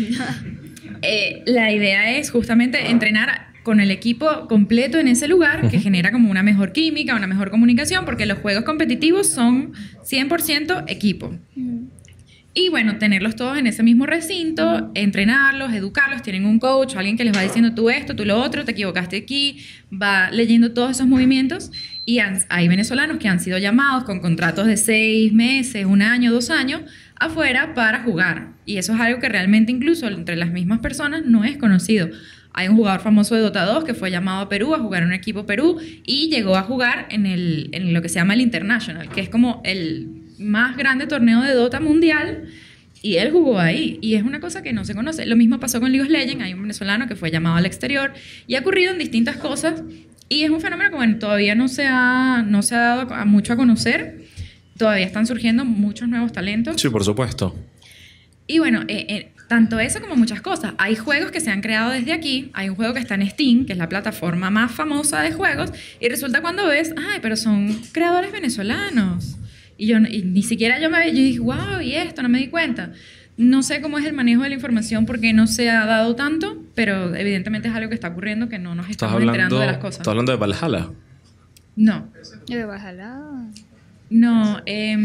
Speaker 3: La idea es justamente entrenar con el equipo completo en ese lugar, que genera como una mejor química, una mejor comunicación, porque los juegos competitivos son 100% equipo. Y bueno, tenerlos todos en ese mismo recinto, entrenarlos, educarlos, tienen un coach, alguien que les va diciendo tú esto, tú lo otro, te equivocaste aquí, va leyendo todos esos movimientos. Y hay venezolanos que han sido llamados con contratos de 6 meses, 1 año, 2 años, afuera para jugar. Y eso es algo que realmente incluso entre las mismas personas no es conocido. Hay un jugador famoso de Dota 2 que fue llamado a Perú a jugar en un equipo Perú y llegó a jugar en lo que se llama el International, que es como el más grande torneo de Dota mundial, y él jugó ahí y es una cosa que no se conoce. Lo mismo pasó con League of Legends. Hay un venezolano que fue llamado al exterior y ha ocurrido en distintas cosas y es un fenómeno que bueno, todavía no se ha dado mucho a conocer. Todavía están surgiendo muchos nuevos talentos.
Speaker 1: Sí, por supuesto.
Speaker 3: Y bueno, tanto eso como muchas cosas. Hay juegos que se han creado desde aquí. Hay un juego que está en Steam, que es la plataforma más famosa de juegos. Y resulta cuando ves, ay, pero son creadores venezolanos. Y ni siquiera yo dije, wow, ¿y esto? No me di cuenta. No sé cómo es el manejo de la información porque no se ha dado tanto, pero evidentemente es algo que está ocurriendo que no nos estamos enterando de las cosas.
Speaker 1: ¿Estás hablando de Valhalla?
Speaker 3: No.
Speaker 2: De Valhalla.
Speaker 3: No,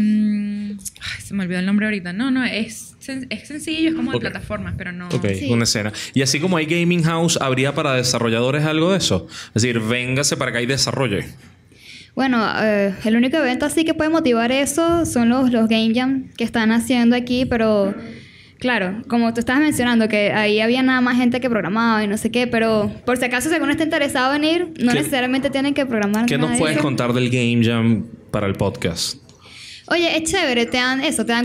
Speaker 3: se me olvidó el nombre ahorita. No, es sencillo, es como de plataformas, pero no...
Speaker 1: Ok,
Speaker 2: Sí.
Speaker 1: una escena. Y así como hay Gaming House, ¿habría para desarrolladores algo de eso? Es decir, véngase para acá y desarrolle.
Speaker 2: Bueno, el único evento así que puede motivar eso son los Game Jam que están haciendo aquí, pero claro, como tú estabas mencionando, que ahí había nada más gente que programaba y no sé qué, pero por si acaso si alguno está interesado en ir, no necesariamente tienen que programar
Speaker 1: ¿Qué
Speaker 2: nada
Speaker 1: nos
Speaker 2: de
Speaker 1: puedes
Speaker 2: eso.
Speaker 1: contar del Game Jam para el podcast?
Speaker 2: Oye, es chévere, te dan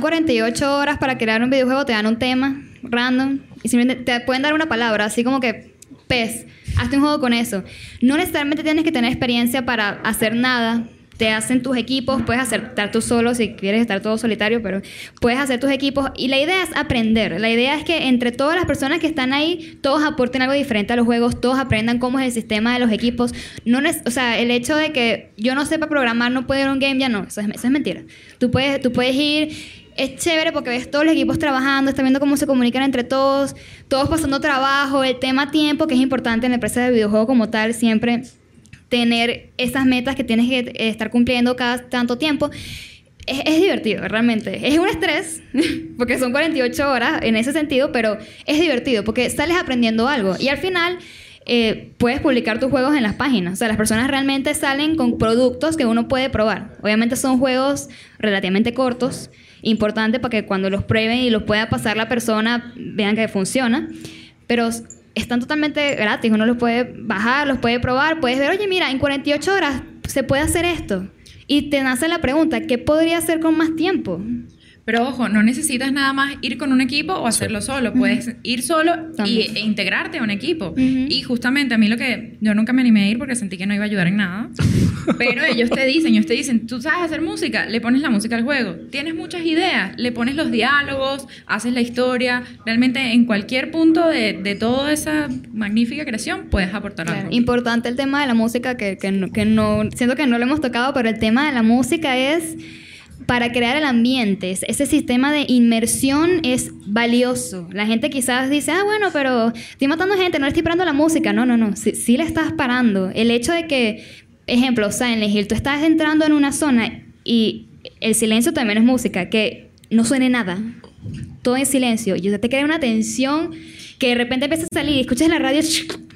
Speaker 2: 48 horas para crear un videojuego, te dan un tema random y simplemente te pueden dar una palabra, así como que pez, hazte un juego con eso. No necesariamente tienes que tener experiencia para hacer nada. Te hacen tus equipos, puedes estar tú solo si quieres estar todo solitario, pero puedes hacer tus equipos y la idea es aprender. La idea es que entre todas las personas que están ahí, todos aporten algo diferente a los juegos, todos aprendan cómo es el sistema de los equipos. O sea, el hecho de que yo no sepa programar no puedo ir a un game, ya no, eso es mentira. Tú puedes ir, es chévere porque ves todos los equipos trabajando, estás viendo cómo se comunican entre todos pasando trabajo, el tema tiempo, que es importante en la empresa de videojuego como tal, siempre tener esas metas que tienes que estar cumpliendo cada tanto tiempo. Es divertido, realmente. Es un estrés, porque son 48 horas en ese sentido, pero es divertido porque sales aprendiendo algo. Y al final puedes publicar tus juegos en las páginas. O sea, las personas realmente salen con productos que uno puede probar. Obviamente son juegos relativamente cortos, importante para que cuando los prueben y los pueda pasar la persona, vean que funciona. Pero están totalmente gratis, uno los puede bajar, los puede probar, puedes ver, oye, mira, en 48 horas se puede hacer esto. Y te nace la pregunta, ¿qué podría hacer con más tiempo?
Speaker 3: Pero ojo, no necesitas nada más ir con un equipo o hacerlo solo. Puedes ir solo e integrarte a un equipo. Y justamente a mí yo nunca me animé a ir porque sentí que no iba a ayudar en nada. Pero ellos te dicen, tú sabes hacer música, le pones la música al juego. Tienes muchas ideas, le pones los diálogos, haces la historia. Realmente en cualquier punto de toda esa magnífica creación puedes aportar algo.
Speaker 2: Importante el tema de la música, que no, siento que no lo hemos tocado, pero el tema de la música es para crear el ambiente. Ese sistema de inmersión es valioso. La gente quizás dice, bueno, pero estoy matando gente, no le estoy parando la música. No. Sí le estás parando. El hecho de que, ejemplo, Silent Hill, tú estás entrando en una zona y el silencio también es música, que no suene nada. Todo en silencio. Y te crea una tensión que de repente empieza a salir y escuchas en la radio.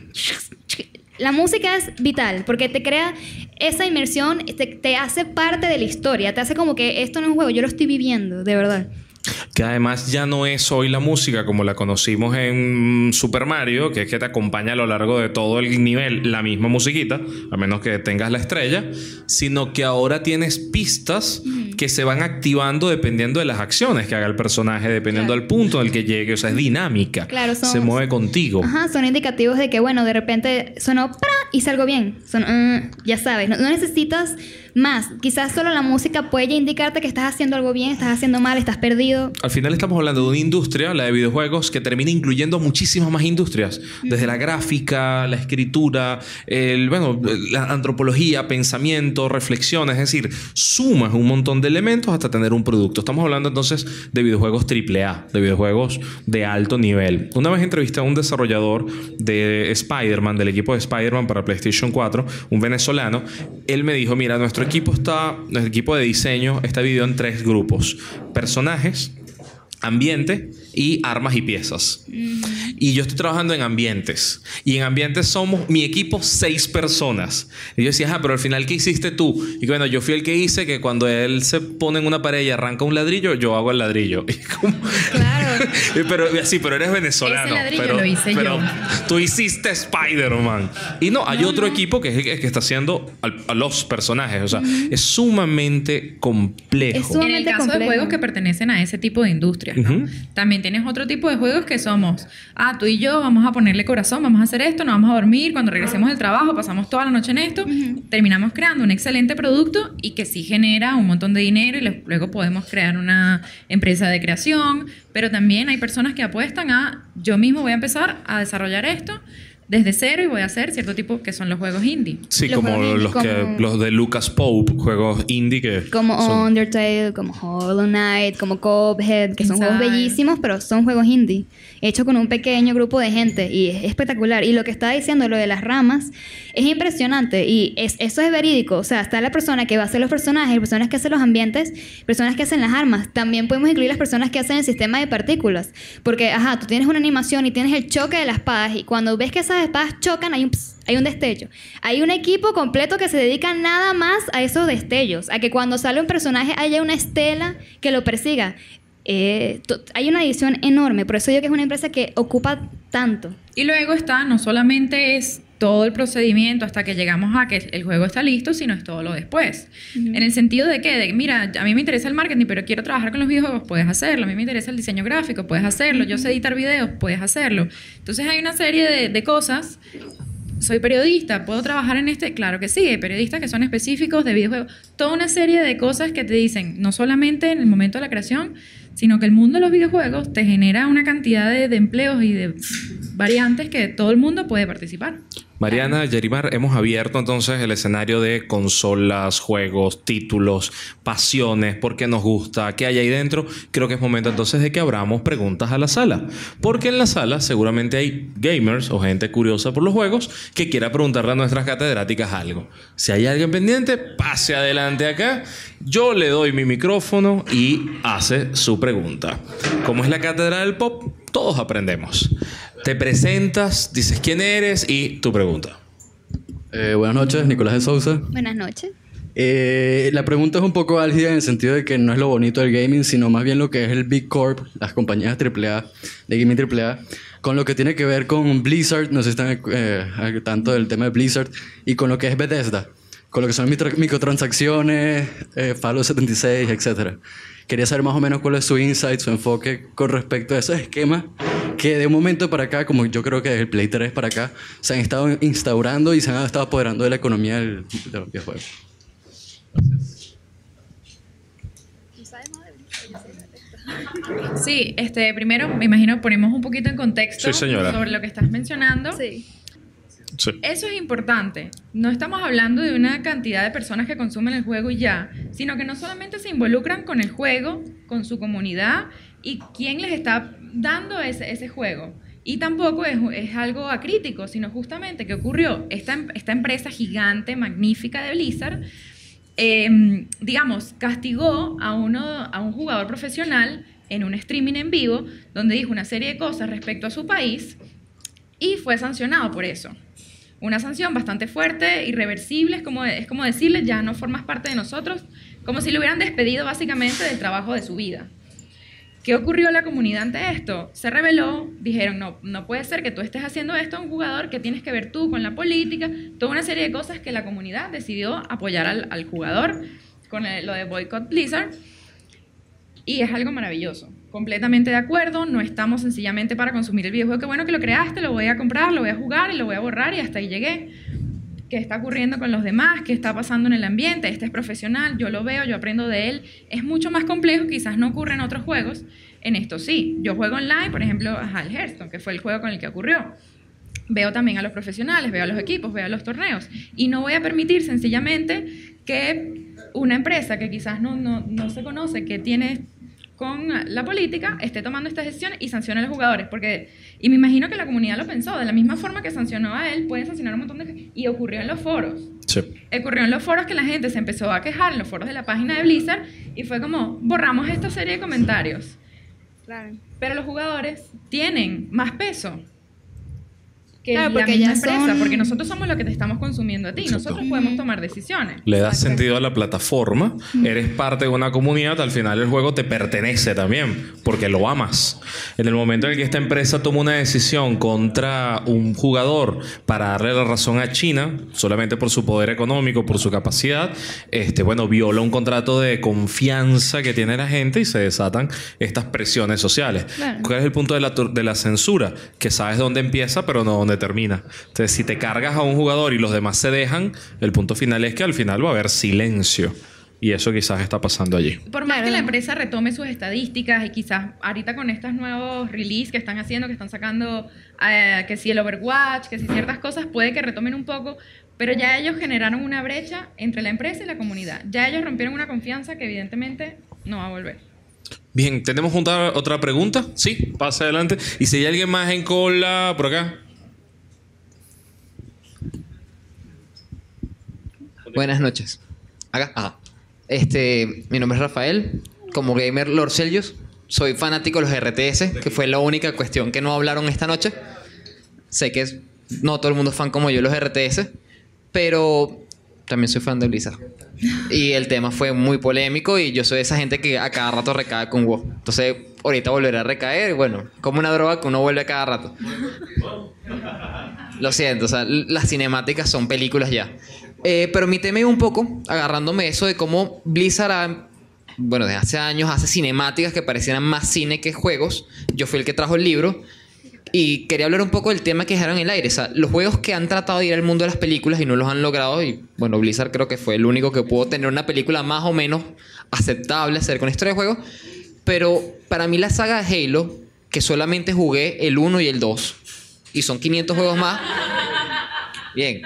Speaker 2: La música es vital porque te crea esa inmersión, te hace parte de la historia, te hace como que esto no es un juego, yo lo estoy viviendo, de verdad.
Speaker 1: Que además ya no es hoy la música como la conocimos en Super Mario, que es que te acompaña a lo largo de todo el nivel la misma musiquita, a menos que tengas la estrella, sino que ahora tienes pistas que se van activando dependiendo de las acciones que haga el personaje, dependiendo del punto en el que llegue. O sea, es dinámica.
Speaker 2: Claro,
Speaker 1: se mueve contigo.
Speaker 2: Son indicativos de que, bueno, de repente sonó ¡pra! Y salgo bien. Ya sabes, no necesitas más. Quizás solo la música puede indicarte que estás haciendo algo bien, estás haciendo mal, estás perdido.
Speaker 1: Al final estamos hablando de una industria, la de videojuegos, que termina incluyendo muchísimas más industrias. Desde la gráfica, la escritura, la antropología, pensamiento, reflexiones. Es decir, sumas un montón de elementos hasta tener un producto. Estamos hablando entonces de videojuegos AAA, de videojuegos de alto nivel. Una vez entrevisté a un desarrollador de Spider-Man, del equipo de Spider-Man para PlayStation 4, un venezolano. Él me dijo, mira, nuestro equipo de diseño está dividido en 3 grupos: personajes, ambiente y armas y piezas. Y yo estoy trabajando en ambientes. Y en ambientes somos, mi equipo, 6 personas. Y yo decía, pero al final, ¿qué hiciste tú? Y bueno, yo fui el que hice que cuando él se pone en una pared y arranca un ladrillo, yo hago el ladrillo. Y como...
Speaker 2: Claro.
Speaker 1: pero eres venezolano.
Speaker 3: Ese ladrillo lo hice yo.
Speaker 1: Tú hiciste Spider-Man. Y hay otro equipo que es el que está haciendo a los personajes. O sea, es sumamente complejo.
Speaker 2: Es sumamente
Speaker 3: en el caso
Speaker 2: complejo.
Speaker 3: de juegos que pertenecen a ese tipo de industria, industrias, ¿no? También tienes otro tipo de juegos que somos, tú y yo vamos a ponerle corazón, vamos a hacer esto, nos vamos a dormir, cuando regresemos del trabajo pasamos toda la noche en esto, terminamos creando un excelente producto y que sí genera un montón de dinero y luego podemos crear una empresa de creación, pero también hay personas que apuestan yo mismo voy a empezar a desarrollar esto desde cero y voy a hacer cierto tipo que son los juegos indie.
Speaker 1: Sí, como los de Lucas Pope, juegos indie que
Speaker 2: como Undertale, como Hollow Knight, como Cuphead, que son juegos bellísimos, pero son juegos indie, hechos con un pequeño grupo de gente y es espectacular. Y lo que estaba diciendo, lo de las ramas, es impresionante y eso es verídico. O sea, está la persona que va a hacer los personajes, personas que hacen los ambientes, personas que hacen las armas. También podemos incluir las personas que hacen el sistema de partículas. Porque, tú tienes una animación y tienes el choque de las espadas y cuando ves que esas espadas chocan, hay un destello. Hay un equipo completo que se dedica nada más a esos destellos, a que cuando sale un personaje haya una estela que lo persiga. Hay una edición enorme, por eso digo que es una empresa que ocupa tanto.
Speaker 3: Y luego no solamente es todo el procedimiento hasta que llegamos a que el juego está listo, sino es todo lo después. En el sentido de que, mira, a mí me interesa el marketing, pero quiero trabajar con los videojuegos, puedes hacerlo. A mí me interesa el diseño gráfico, puedes hacerlo. Yo sé editar videos, puedes hacerlo. Entonces hay una serie de cosas. ¿Soy periodista? ¿Puedo trabajar en este? Claro que sí, hay periodistas que son específicos de videojuegos. Toda una serie de cosas que te dicen, no solamente en el momento de la creación, sino que el mundo de los videojuegos te genera una cantidad de empleos y de variantes que todo el mundo puede participar.
Speaker 1: Mariana, Yerimar, hemos abierto entonces el escenario de consolas, juegos, títulos, pasiones, por qué nos gusta, qué hay ahí dentro. Creo que es momento entonces de que abramos preguntas a la sala. Porque en la sala seguramente hay gamers o gente curiosa por los juegos que quiera preguntarle a nuestras catedráticas algo. Si hay alguien pendiente, pase adelante acá. Yo le doy mi micrófono y hace su pregunta. Como es la cátedra del pop, todos aprendemos. Te presentas, dices quién eres y tu pregunta.
Speaker 4: Buenas noches, Nicolás de Sousa.
Speaker 2: Buenas noches.
Speaker 4: La pregunta es un poco álgida en el sentido de que no es lo bonito del gaming, sino más bien lo que es el Big Corp, las compañías AAA, de gaming AAA, con lo que tiene que ver con Blizzard, no sé si están al tanto del tema de Blizzard, y con lo que es Bethesda, con lo que son microtransacciones, Fallout 76, etc. Quería saber más o menos cuál es su insight, su enfoque con respecto a esos esquemas que de un momento para acá, como yo creo que desde el Play 3 para acá, se han estado instaurando y se han estado apoderando de la economía de los videojuegos.
Speaker 3: Sí, primero me imagino ponemos un poquito en contexto sobre lo que estás mencionando.
Speaker 2: Sí.
Speaker 3: Eso es importante. No estamos hablando de una cantidad de personas que consumen el juego y ya, sino que no solamente se involucran con el juego, con su comunidad y quién les está dando ese juego. Y tampoco es algo acrítico, sino justamente que ocurrió esta empresa gigante, magnífica de Blizzard, digamos, castigó a un jugador profesional en un streaming en vivo donde dijo una serie de cosas respecto a su país y fue sancionado por eso. Una sanción bastante fuerte, irreversible, es como decirle, ya no formas parte de nosotros, como si lo hubieran despedido básicamente del trabajo de su vida. ¿Qué ocurrió a la comunidad ante esto? Se rebeló, dijeron, no puede ser que tú estés haciendo esto a un jugador, que tienes que ver tú con la política, toda una serie de cosas que la comunidad decidió apoyar al jugador con lo de Boycott Blizzard, y es algo maravilloso. Completamente de acuerdo, no estamos sencillamente para consumir el videojuego, qué bueno que lo creaste, lo voy a comprar, lo voy a jugar y lo voy a borrar y hasta ahí llegué. ¿Qué está ocurriendo con los demás? ¿Qué está pasando en el ambiente? Este es profesional, yo lo veo, yo aprendo de él. Es mucho más complejo, quizás no ocurre en otros juegos. En esto sí, yo juego online, por ejemplo, el Hearthstone, que fue el juego con el que ocurrió. Veo también a los profesionales, veo a los equipos, veo a los torneos. Y no voy a permitir sencillamente que una empresa que quizás no se conoce, que tiene con la política, esté tomando estas decisiones y sancione a los jugadores. Y me imagino que la comunidad lo pensó. De la misma forma que sancionó a él, puede sancionar a un montón de gente. Y ocurrió en los foros.
Speaker 1: Sí.
Speaker 3: Ocurrió en los foros que la gente se empezó a quejar, en los foros de la página de Blizzard, y fue como, borramos esta serie de comentarios.
Speaker 2: Claro.
Speaker 3: Pero los jugadores tienen más peso que
Speaker 2: Claro,
Speaker 3: la
Speaker 2: porque
Speaker 3: misma
Speaker 2: ya
Speaker 3: empresa,
Speaker 2: son-
Speaker 3: porque nosotros somos los que te estamos consumiendo a ti.
Speaker 1: Exacto.
Speaker 3: Nosotros podemos tomar decisiones.
Speaker 1: Le das sentido a la plataforma, eres parte de una comunidad, al final el juego te pertenece también, porque lo amas. En el momento en el que esta empresa toma una decisión contra un jugador para darle la razón a China, solamente por su poder económico, por su capacidad, bueno, viola un contrato de confianza que tiene la gente y se desatan estas presiones sociales.
Speaker 2: Claro.
Speaker 1: ¿Cuál es el punto de la censura? Que sabes dónde empieza, pero no dónde termina. Entonces, si te cargas a un jugador y los demás se dejan, el punto final es que al final va a haber silencio. Y eso quizás está pasando allí.
Speaker 3: Por más
Speaker 2: Claro.
Speaker 3: que la empresa retome sus estadísticas y quizás ahorita con estos nuevos release que están haciendo, que están sacando que si el Overwatch, que si ciertas cosas, puede que retomen un poco, pero ya ellos generaron una brecha entre la empresa y la comunidad. Ya ellos rompieron una confianza que evidentemente no va a volver.
Speaker 1: Bien, ¿tenemos otra pregunta? Sí, pasa adelante. Y si hay alguien más en cola por acá.
Speaker 5: Buenas noches. Acá. Ajá. Mi nombre es Rafael. Como gamer Lord Celsius, soy fanático de los RTS, que fue la única cuestión que no hablaron esta noche. Sé que no todo el mundo es fan como yo de los RTS, pero también soy fan de Blizzard. Y el tema fue muy polémico y yo soy de esa gente que a cada rato recae con WoW. Entonces, ahorita volveré a recaer. Bueno, como una droga que uno vuelve a cada rato. Lo siento, o sea, las cinemáticas son películas ya. Pero mi tema iba un poco agarrándome eso de cómo Blizzard desde hace años hace cinemáticas que parecieran más cine que juegos. Yo fui el que trajo el libro y quería hablar un poco del tema que dejaron en el aire. O sea, los juegos que han tratado de ir al mundo de las películas y no los han logrado. Y bueno, Blizzard creo que fue el único que pudo tener una película más o menos aceptable hacer con historia de juego. Pero para mí la saga de Halo, que solamente jugué el 1 y el 2, y son 500 juegos más. Bien.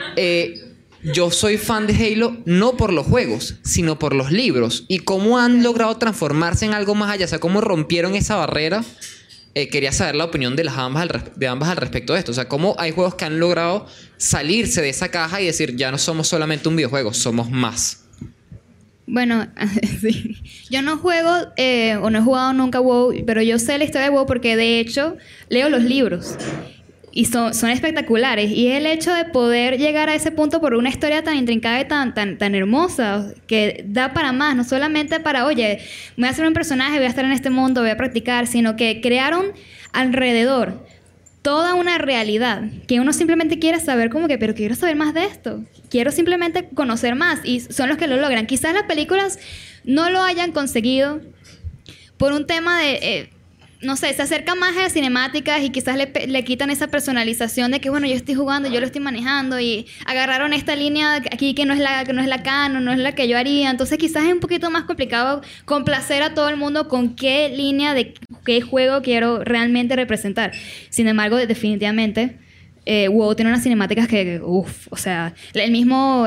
Speaker 5: Yo soy fan de Halo no por los juegos, sino por los libros. Y cómo han logrado transformarse en algo más allá. O sea, cómo rompieron esa barrera. Quería saber la opinión de ambas al respecto de esto. O sea, cómo hay juegos que han logrado salirse de esa caja y decir, ya no somos solamente un videojuego, somos más.
Speaker 2: Bueno, sí. Yo no juego o no he jugado nunca WoW, pero yo sé la historia de WoW porque de hecho leo los libros. Y son espectaculares. Y el hecho de poder llegar a ese punto por una historia tan intrincada y tan hermosa, que da para más, no solamente para, oye, voy a ser un personaje, voy a estar en este mundo, voy a practicar, sino que crearon alrededor toda una realidad que uno simplemente quiere saber como que, pero quiero saber más de esto. Quiero simplemente conocer más. Y son los que lo logran. Quizás las películas no lo hayan conseguido por un tema de... no sé, se acerca más a las cinemáticas y quizás le quitan esa personalización de que, bueno, yo estoy jugando, yo lo estoy manejando y agarraron esta línea aquí que no es la canon, no es la que yo haría. Entonces quizás es un poquito más complicado complacer a todo el mundo con qué línea de qué juego quiero realmente representar. Sin embargo, definitivamente, WoW tiene unas cinemáticas que, uff, o sea, el mismo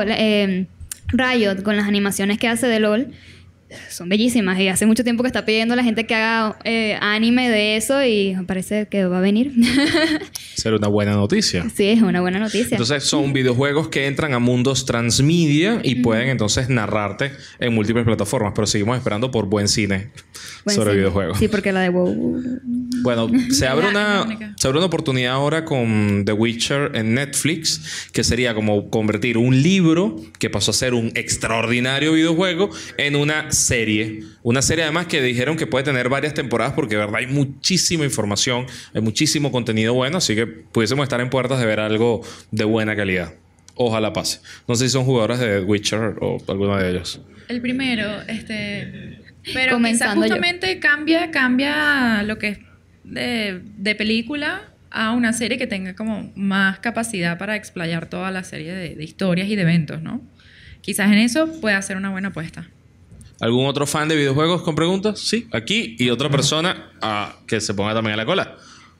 Speaker 2: Riot con las animaciones que hace de LoL son bellísimas y hace mucho tiempo que está pidiendo a la gente que haga anime de eso y me parece que va a venir.
Speaker 1: Ser una buena noticia.
Speaker 2: Sí, es una buena noticia.
Speaker 1: Entonces son videojuegos que entran a mundos transmedia y pueden entonces narrarte en múltiples plataformas, pero seguimos esperando por buen cine sobre videojuegos.
Speaker 2: Sí, porque la de WoW...
Speaker 1: Bueno, se abre
Speaker 3: La
Speaker 1: una
Speaker 3: única.
Speaker 1: oportunidad ahora con The Witcher en Netflix, que sería como convertir un libro que pasó a ser un extraordinario videojuego en una serie. Una serie además que dijeron que puede tener varias temporadas porque de verdad hay muchísima información, hay muchísimo contenido bueno, así que pudiésemos estar en puertas de ver algo de buena calidad. Ojalá pase. No sé si son jugadores de The Witcher o alguno de ellos.
Speaker 3: El primero, pero quizás
Speaker 2: Comenzando yo.
Speaker 3: justamente cambia lo que es de película a una serie que tenga como más capacidad para explayar toda la serie de historias y de eventos, ¿no? Quizás en eso pueda ser una buena apuesta.
Speaker 1: ¿Algún otro fan de videojuegos con preguntas? Sí, aquí. Y otra persona que se ponga también a la cola.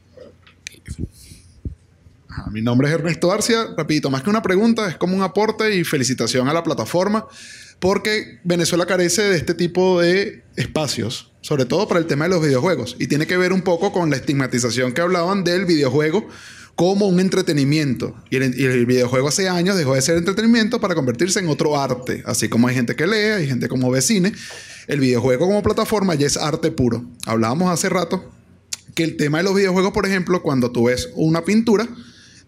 Speaker 6: Mi nombre es Ernesto Arcia. Rapidito, más que una pregunta, es como un aporte y felicitación a la plataforma porque Venezuela carece de este tipo de espacios, sobre todo para el tema de los videojuegos. Y tiene que ver un poco con la estigmatización que hablaban del videojuego como un entretenimiento. Y el videojuego hace años dejó de ser entretenimiento para convertirse en otro arte. Así como hay gente que lee, hay gente como ve cine. El videojuego como plataforma ya es arte puro. Hablábamos hace rato que el tema de los videojuegos, por ejemplo, cuando tú ves una pintura,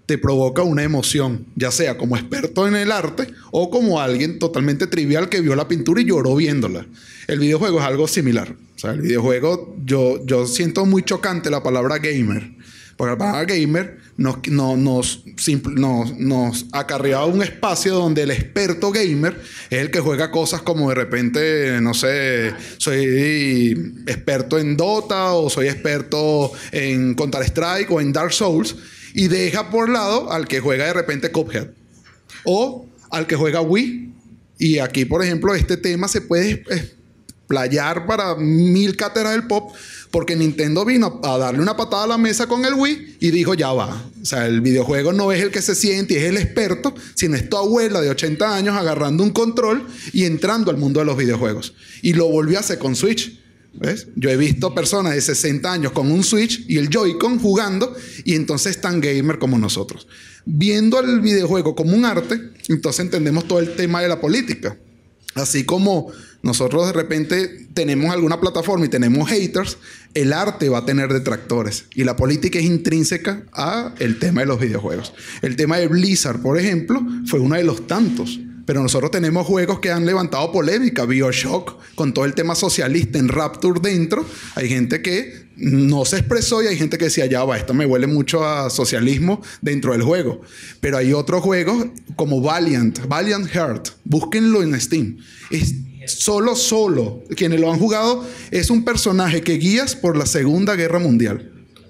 Speaker 6: te provoca una emoción, ya sea como experto en el arte o como alguien totalmente trivial que vio la pintura y lloró viéndola. El videojuego es algo similar. O sea, el videojuego, yo siento muy chocante la palabra gamer. Porque la palabra gamer nos acarreaba un espacio donde el experto gamer es el que juega cosas como de repente, no sé, soy experto en Dota o soy experto en Counter-Strike o en Dark Souls, y deja por lado al que juega de repente Cuphead o al que juega Wii. Y aquí, por ejemplo, este tema se puede explayar para 1000 cátedras del pop, porque Nintendo vino a darle una patada a la mesa con el Wii y dijo, ya va. O sea, el videojuego no es el que se siente y es el experto, sino es tu abuela de 80 años agarrando un control y entrando al mundo de los videojuegos. Y lo volvió a hacer con Switch. ¿Ves? Yo he visto personas de 60 años con un Switch y el Joy-Con jugando, y entonces tan gamer como nosotros. Viendo el videojuego como un arte, entonces entendemos todo el tema de la política. Así como nosotros de repente tenemos alguna plataforma y tenemos haters, el arte va a tener detractores. Y la política es intrínseca al tema de los videojuegos. El tema de Blizzard, por ejemplo, fue uno de los tantos. Pero nosotros tenemos juegos que han levantado polémica. BioShock, con todo el tema socialista en Rapture dentro. Hay gente que no se expresó y hay gente que decía, ya va, esto me huele mucho a socialismo dentro del juego. Pero hay otros juegos como Valiant Heart. Búsquenlo en Steam. Es solo. Quienes lo han jugado, es un personaje que guías por la Segunda Guerra Mundial.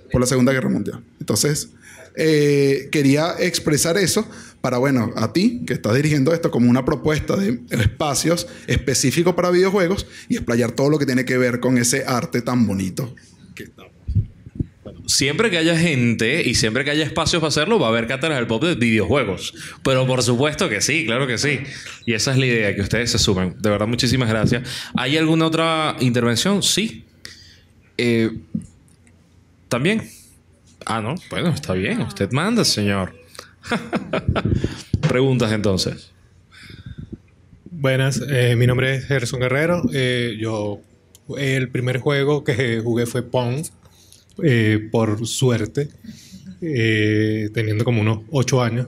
Speaker 6: Entonces, quería expresar eso para, bueno, a ti que estás dirigiendo esto como una propuesta de espacios específicos para videojuegos y explayar todo lo que tiene que ver con ese arte tan bonito que estamos.
Speaker 1: Siempre que haya gente y siempre que haya espacios para hacerlo, va a haber cátedras del pop de videojuegos. Pero por supuesto que sí, claro que sí. Y esa es la idea, que ustedes se sumen. De verdad, muchísimas gracias. ¿Hay alguna otra intervención? Sí. ¿También? Ah, no. Bueno, está bien. Usted manda, señor. Preguntas, entonces.
Speaker 7: Buenas. Mi nombre es Gerson Guerrero. El primer juego que jugué fue Pong. Por suerte, teniendo como unos 8 años.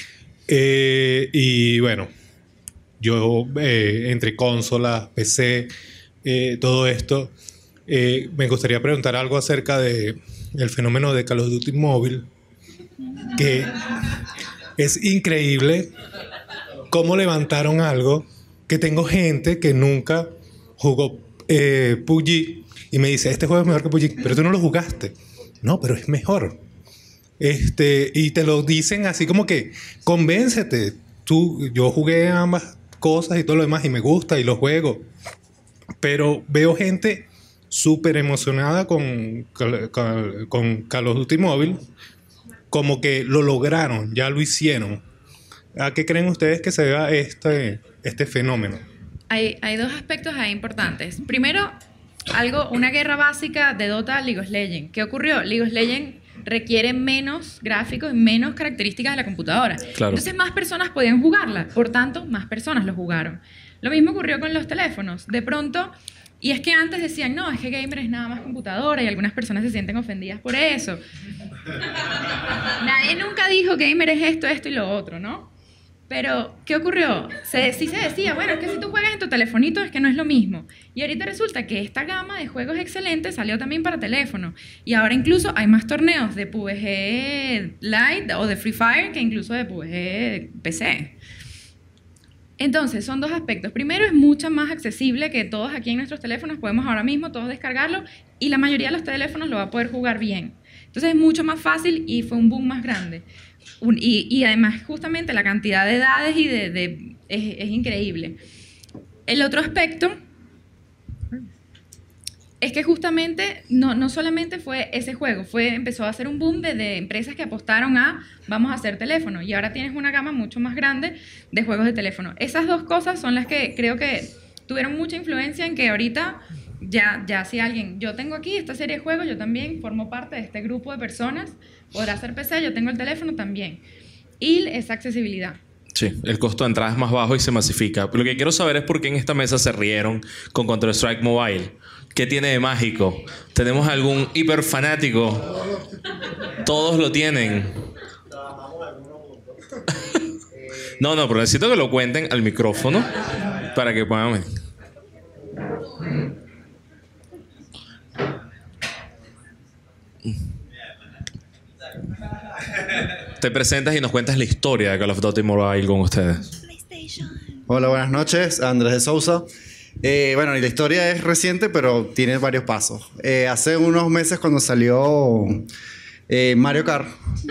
Speaker 7: Y bueno, yo entre consolas, PC, todo esto, me gustaría preguntar algo acerca de el fenómeno de Call of Duty Mobile, que es increíble cómo levantaron algo, que tengo gente que nunca jugó PUBG y me dice, este juego es mejor que PUBG, pero tú no lo jugaste. No, pero es mejor. Y te lo dicen así como que, convéncete. Yo jugué ambas cosas y todo lo demás y me gusta y lo juego. Pero veo gente súper emocionada con Call of Duty Mobile, como que lo lograron, ya lo hicieron. ¿A qué creen ustedes que se deba este fenómeno?
Speaker 3: Hay dos aspectos ahí importantes. Primero, una guerra básica de Dota, League of Legends. ¿Qué ocurrió? League of Legends requiere menos gráficos y menos características de la computadora. Claro. Entonces más personas podían jugarla, por tanto más personas lo jugaron. Lo mismo ocurrió con los teléfonos. De pronto, y es que antes decían, no, es que gamer es nada más computadora, y algunas personas se sienten ofendidas por eso. Nadie nunca dijo gamer es esto y lo otro, ¿no? Pero, ¿qué ocurrió? Sí se decía, bueno, es que si tú juegas en tu telefonito es que no es lo mismo. Y ahorita resulta que esta gama de juegos excelentes salió también para teléfono. Y ahora incluso hay más torneos de PUBG Lite o de Free Fire que incluso de PUBG PC. Entonces, son dos aspectos. Primero, es mucho más accesible que todos aquí en nuestros teléfonos. Podemos ahora mismo todos descargarlo y la mayoría de los teléfonos lo va a poder jugar bien. Entonces, es mucho más fácil y fue un boom más grande. Y además, justamente, la cantidad de edades es increíble. El otro aspecto es que justamente no solamente fue ese juego, empezó a ser un boom de empresas que apostaron a vamos a hacer teléfono, y ahora tienes una gama mucho más grande de juegos de teléfono. Esas dos cosas son las que creo que tuvieron mucha influencia en que ahorita ya si alguien, yo tengo aquí esta serie de juegos, yo también formo parte de este grupo de personas, podrá hacer PC, yo tengo el teléfono también. Y esa accesibilidad.
Speaker 1: Sí, el costo de entrada es más bajo y se masifica. Lo que quiero saber es por qué en esta mesa se rieron con Counter-Strike Mobile. ¿Qué tiene de mágico? ¿Tenemos algún hiperfanático? Todos lo tienen. No, pero necesito que lo cuenten al micrófono para que puedan ver. Te presentas y nos cuentas la historia de Call of Duty Mobile con ustedes.
Speaker 8: Hola, buenas noches. Andrés de Sousa. Bueno, y la historia es reciente, pero tiene varios pasos. Hace unos meses cuando salió Mario Kart,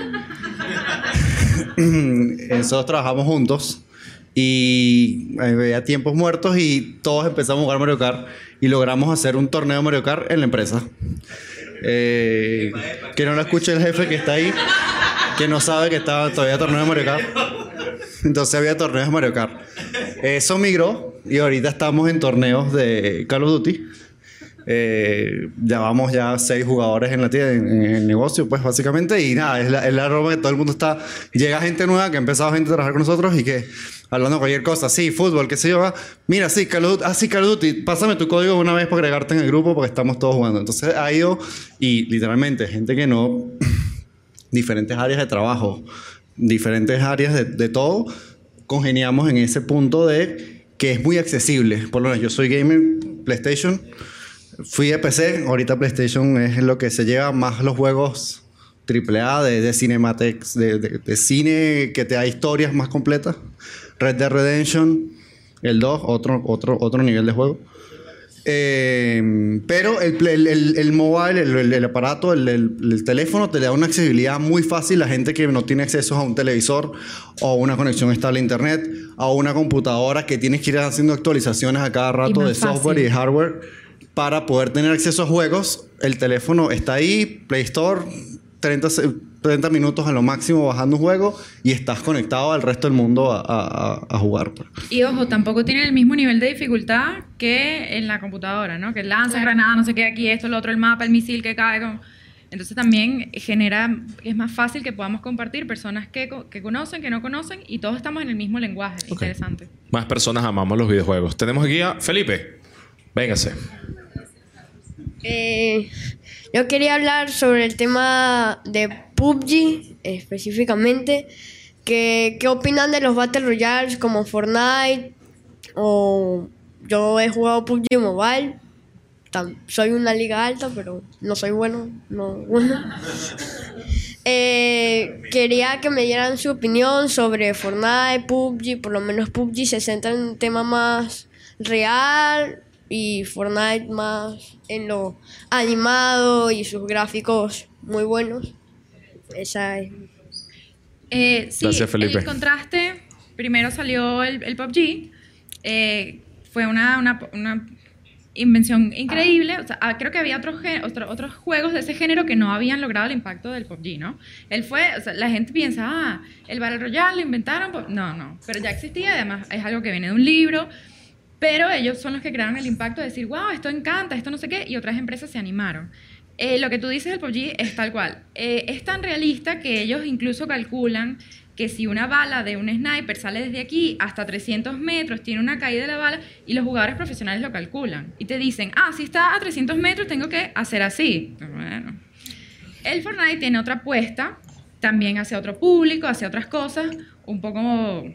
Speaker 8: nosotros trabajamos juntos y había tiempos muertos y todos empezamos a jugar Mario Kart y logramos hacer un torneo de Mario Kart en la empresa. Que no lo escuche el jefe que está ahí, que no sabe que estaba todavía torneo de Mario Kart. Entonces había torneos de Mario Kart. Eso migró y ahorita estamos en torneos de Call of Duty. Ya vamos 6 jugadores en la tienda, en el negocio, pues básicamente. Y nada, es la broma que todo el mundo está... Llega gente nueva que ha empezado gente a trabajar con nosotros y que hablando de cualquier cosa, sí, fútbol, qué sé yo, mira, sí, Call of Duty, pásame tu código una vez para agregarte en el grupo porque estamos todos jugando. Entonces ha ido y literalmente gente que no... diferentes áreas de trabajo, diferentes áreas de todo, congeniamos en ese punto de que es muy accesible. Por lo menos yo soy gamer, PlayStation, fui de PC, ahorita PlayStation es lo que se lleva más los juegos AAA de Cinematex, de cine que te da historias más completas. Red Dead Redemption, el 2, otro nivel de juego. Pero el mobile, el aparato, el teléfono te da una accesibilidad muy fácil a gente que no tiene acceso a un televisor o una conexión estable a internet, a una computadora que tienes que ir haciendo actualizaciones a cada rato de software y de hardware para poder tener acceso a juegos. El teléfono está ahí, Play Store, 30 minutos a lo máximo bajando un juego y estás conectado al resto del mundo a jugar.
Speaker 3: Y ojo, tampoco tiene el mismo nivel de dificultad que en la computadora, ¿no? Que lanza granada, no sé qué, aquí esto, lo otro, el mapa, el misil que cae. Entonces también es más fácil que podamos compartir personas que conocen, que no conocen y todos estamos en el mismo lenguaje. Okay. Interesante.
Speaker 1: Más personas amamos los videojuegos. Tenemos aquí a Felipe. Véngase.
Speaker 9: Yo quería hablar sobre el tema de PUBG específicamente. ¿Qué opinan de los Battle Royales como Fortnite? Yo he jugado PUBG Mobile. Soy una liga alta, pero no soy bueno. Quería que me dieran su opinión sobre Fortnite, PUBG. Por lo menos PUBG se centra en un tema más real y Fortnite más en lo animado y sus gráficos muy buenos. Esa es.
Speaker 3: Sí, gracias, Felipe. El contraste, primero salió el PUBG. Fue una invención increíble. O sea, creo que había otros juegos de ese género que no habían logrado el impacto del PUBG, ¿no? La gente piensa, el Battle Royale lo inventaron. No, pero ya existía, además es algo que viene de un libro. Pero ellos son los que crearon el impacto de decir, wow, esto encanta, esto no sé qué, y otras empresas se animaron. Lo que tú dices del PUBG es tal cual. Es tan realista que ellos incluso calculan que si una bala de un sniper sale desde aquí hasta 300 metros, tiene una caída de la bala, y los jugadores profesionales lo calculan. Y te dicen, si está a 300 metros, tengo que hacer así. Bueno. El Fortnite tiene otra apuesta, también hacia otro público, hacia otras cosas, un poco...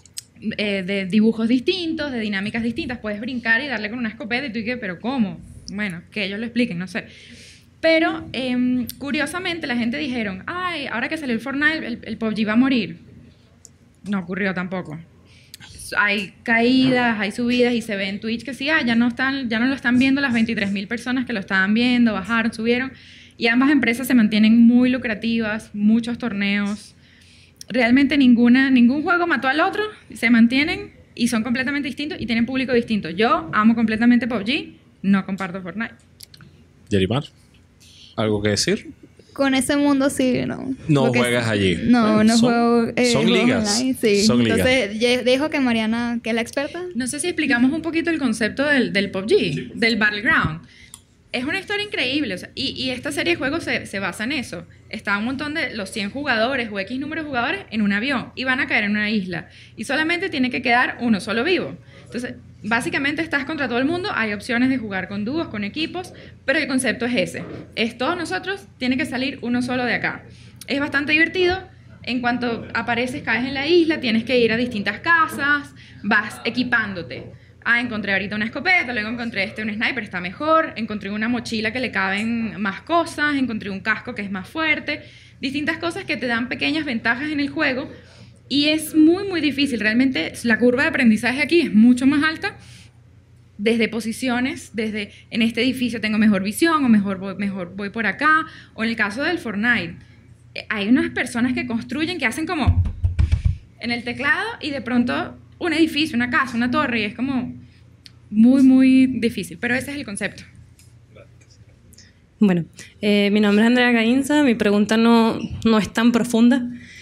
Speaker 3: de dibujos distintos, de dinámicas distintas. Puedes brincar y darle con una escopeta y tú dices, ¿pero cómo? Bueno, que ellos lo expliquen, no sé. Pero, curiosamente, la gente dijeron, ahora que salió el Fortnite, el PUBG va a morir. No ocurrió tampoco. Hay caídas, hay subidas y se ve en Twitch que sí, ya no lo están viendo las 23.000 personas que lo estaban viendo, bajaron, subieron. Y ambas empresas se mantienen muy lucrativas, muchos torneos. Realmente ningún juego mató al otro, se mantienen y son completamente distintos y tienen público distinto. Yo amo completamente PUBG, no comparto Fortnite.
Speaker 1: Yerimar, ¿algo que decir?
Speaker 2: Con ese mundo sí, no.
Speaker 1: No juegas allí.
Speaker 2: No juego.
Speaker 1: Son ligas.
Speaker 2: Online, sí.
Speaker 1: Son ligas.
Speaker 2: Entonces, dejo que Mariana, que es la experta.
Speaker 3: No sé si explicamos un poquito el concepto del PUBG, del Battleground. Es una historia increíble, o sea, y esta serie de juegos se basa en eso. Está un montón de los 100 jugadores o X número de jugadores en un avión y van a caer en una isla. Y solamente tiene que quedar uno solo vivo. Entonces, básicamente estás contra todo el mundo. Hay opciones de jugar con dúos, con equipos, pero el concepto es ese. Todos nosotros, tiene que salir uno solo de acá. Es bastante divertido. En cuanto apareces, caes en la isla, tienes que ir a distintas casas, vas equipándote. Ah, encontré ahorita una escopeta, luego encontré un sniper, está mejor, encontré una mochila que le caben más cosas, encontré un casco que es más fuerte, distintas cosas que te dan pequeñas ventajas en el juego y es muy, muy difícil. Realmente la curva de aprendizaje aquí es mucho más alta desde posiciones, desde en este edificio tengo mejor visión o mejor voy por acá, o en el caso del Fortnite, hay unas personas que construyen, que hacen como en el teclado y de pronto un edificio, una casa, una torre, y es como muy, muy difícil. Pero ese es el concepto.
Speaker 10: Bueno, mi nombre es Andrea Gainza. Mi pregunta no es tan profunda,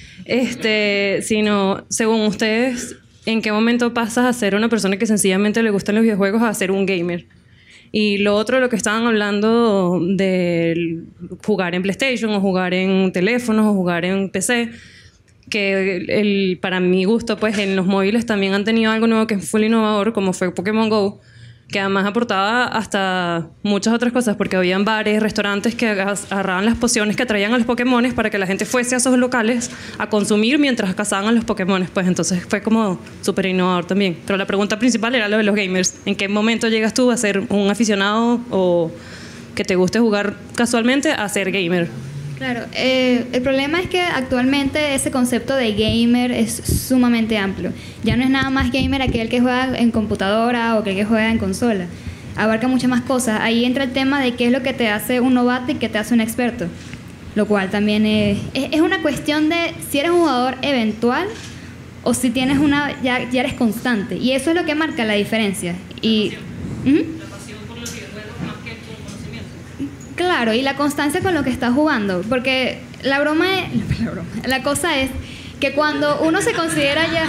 Speaker 10: sino, según ustedes, ¿en qué momento pasas a ser una persona que sencillamente le gustan los videojuegos a ser un gamer? Y lo otro, lo que estaban hablando de jugar en PlayStation o jugar en teléfonos o jugar en PC, que para mi gusto, pues en los móviles también han tenido algo nuevo que fue el innovador, como fue Pokémon Go, que además aportaba hasta muchas otras cosas, porque habían bares, restaurantes que agarraban las pociones que traían a los Pokémones para que la gente fuese a esos locales a consumir mientras cazaban a los Pokémones. Pues entonces fue como súper innovador también. Pero la pregunta principal era lo de los gamers. ¿En qué momento llegas tú a ser un aficionado o que te guste jugar casualmente a ser gamer?
Speaker 2: Claro, el problema es que actualmente ese concepto de gamer es sumamente amplio. Ya no es nada más gamer aquel que juega en computadora o aquel que juega en consola. Abarca muchas más cosas. Ahí entra el tema de qué es lo que te hace un novato y qué te hace un experto. Lo cual también es una cuestión de si eres un jugador eventual o si tienes ya eres constante. Y eso es lo que marca la diferencia. Y claro, y la constancia con lo que estás jugando, porque la cosa es que cuando uno se considera ya,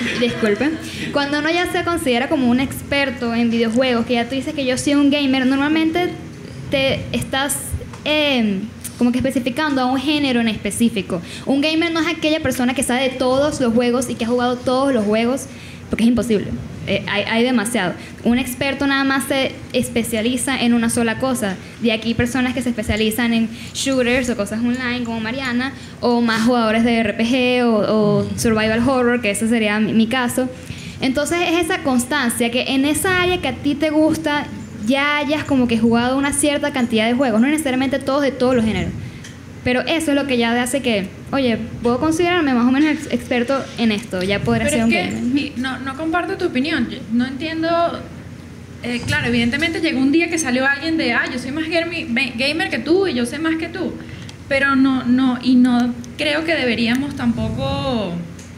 Speaker 2: cuando uno ya se considera como un experto en videojuegos, que ya tú dices que yo soy un gamer, normalmente te estás como que especificando a un género en específico. Un gamer no es aquella persona que sabe de todos los juegos y que ha jugado todos los juegos, porque es imposible. Hay demasiado. Un experto nada más se especializa en una sola cosa. De aquí personas que se especializan en shooters o cosas online como Mariana, o más jugadores de RPG o survival horror, que ese sería mi caso. Entonces es esa constancia, que en esa área que a ti te gusta ya hayas como que jugado una cierta cantidad de juegos, no necesariamente todos de todos los géneros. Pero eso es lo que ya hace que, oye, puedo considerarme más o menos experto en esto, ya podré ser un gamer.
Speaker 3: No comparto tu opinión, yo no entiendo. Claro, evidentemente llegó un día que salió alguien de, yo soy más gamer que tú y yo sé más que tú, pero no creo que deberíamos tampoco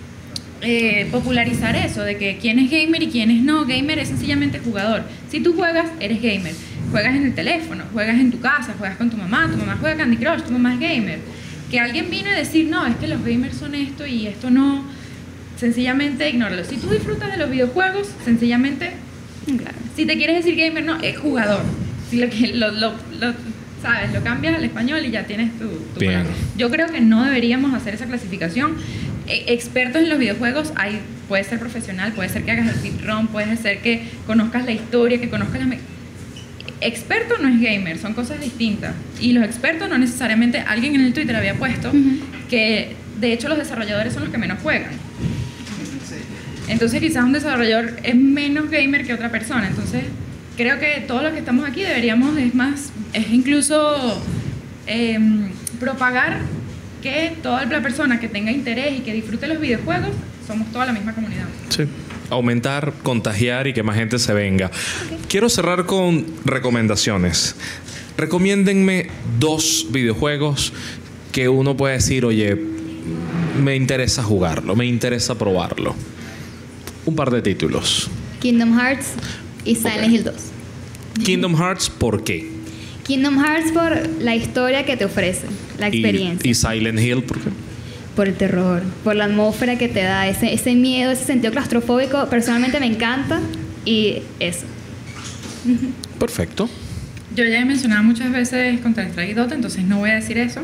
Speaker 3: popularizar eso de que quién es gamer y quién es no. Gamer es sencillamente jugador. Si tú juegas, eres gamer. Juegas en el teléfono, juegas en tu casa, juegas con tu mamá juega Candy Crush, tu mamá es gamer. Que alguien vino a decir, no, es que los gamers son esto y esto no, sencillamente ignóralo. Si tú disfrutas de los videojuegos, sencillamente, claro. Si te quieres decir gamer, no, es jugador. Si sabes, lo cambias al español y ya tienes tu palabra. Yo creo que no deberíamos hacer esa clasificación. Expertos en los videojuegos, puede ser profesional, puede ser que hagas el speedrun, puede ser que conozcas la historia, que conozcas experto no es gamer, son cosas distintas. Y los expertos no necesariamente, alguien en el Twitter había puesto que de hecho los desarrolladores son los que menos juegan. Entonces quizás un desarrollador es menos gamer que otra persona. Entonces creo que todos los que estamos aquí deberíamos, es incluso propagar que toda la persona que tenga interés y que disfrute los videojuegos, somos toda la misma comunidad.
Speaker 1: Sí. Aumentar, contagiar y que más gente se venga. Okay. Quiero cerrar con recomendaciones. Recomiéndenme 2 videojuegos que uno puede decir, oye, me interesa jugarlo, me interesa probarlo. Un par de títulos.
Speaker 2: Kingdom Hearts y Silent Hill 2.
Speaker 1: Kingdom Hearts, ¿por qué?
Speaker 2: Kingdom Hearts por la historia que te ofrece, la experiencia.
Speaker 1: ¿Y Silent Hill por qué?
Speaker 2: Por el terror, por la atmósfera que te da, ese miedo, ese sentido claustrofóbico. Personalmente me encanta y eso.
Speaker 1: Perfecto.
Speaker 3: Yo ya he mencionado muchas veces Counter-Strike y Dota, entonces no voy a decir eso.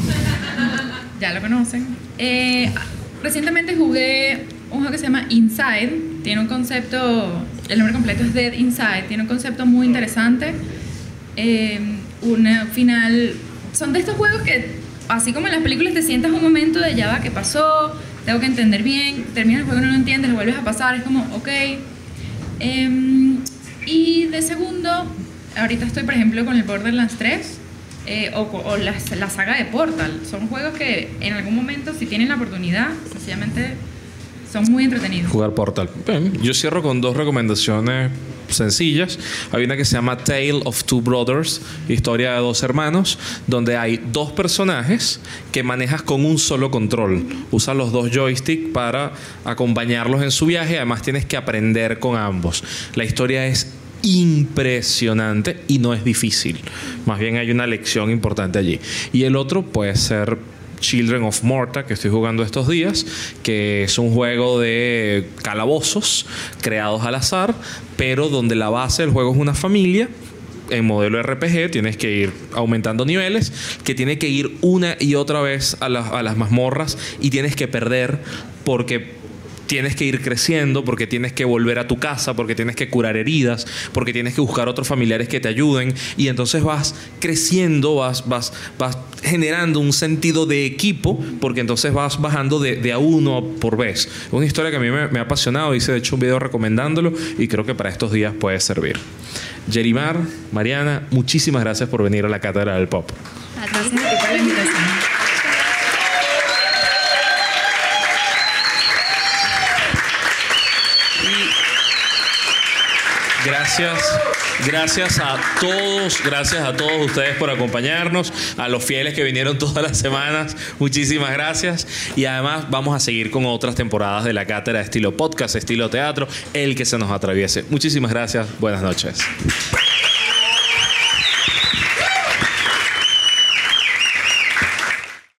Speaker 3: Ya lo conocen. Recientemente jugué un juego que se llama Inside. Tiene un concepto, el nombre completo es Dead Inside. Tiene un concepto muy interesante. Una final... Son de estos juegos que así como en las películas te sientas un momento de ya va, ¿qué pasó? Tengo que entender bien. Terminas el juego y no lo entiendes, lo vuelves a pasar. Es como, ok. Y de segundo, ahorita estoy, por ejemplo, con el Borderlands 3 o la saga de Portal. Son juegos que en algún momento, si tienen la oportunidad, sencillamente son muy entretenidos.
Speaker 1: Jugar Portal. Bien, yo cierro con 2 recomendaciones sencillas. Hay una que se llama Tale of Two Brothers, historia de 2 hermanos, donde hay 2 personajes que manejas con un solo control. Usas los 2 joysticks para acompañarlos en su viaje. Además tienes que aprender con ambos. La historia es impresionante y no es difícil. Más bien hay una lección importante allí. Y el otro puede ser Children of Morta, que estoy jugando estos días, que es un juego de calabozos creados al azar, pero donde la base del juego es una familia en modelo RPG. Tienes que ir aumentando niveles, que tiene que ir una y otra vez a las mazmorras y tienes que perder porque tienes que ir creciendo, porque tienes que volver a tu casa, porque tienes que curar heridas, porque tienes que buscar otros familiares que te ayuden, y entonces vas creciendo, vas generando un sentido de equipo, porque entonces vas bajando de a uno por vez. Es una historia que a mí me ha apasionado. Hice de hecho un video recomendándolo y creo que para estos días puede servir. Yerimar, Mariana, muchísimas gracias por venir a la Cátedra del Pop.
Speaker 3: Gracias a ti por la invitación.
Speaker 1: Gracias a todos ustedes por acompañarnos, a los fieles que vinieron todas las semanas, muchísimas gracias. Y además vamos a seguir con otras temporadas de la cátedra, estilo podcast, estilo teatro, el que se nos atraviese. Muchísimas gracias, buenas noches.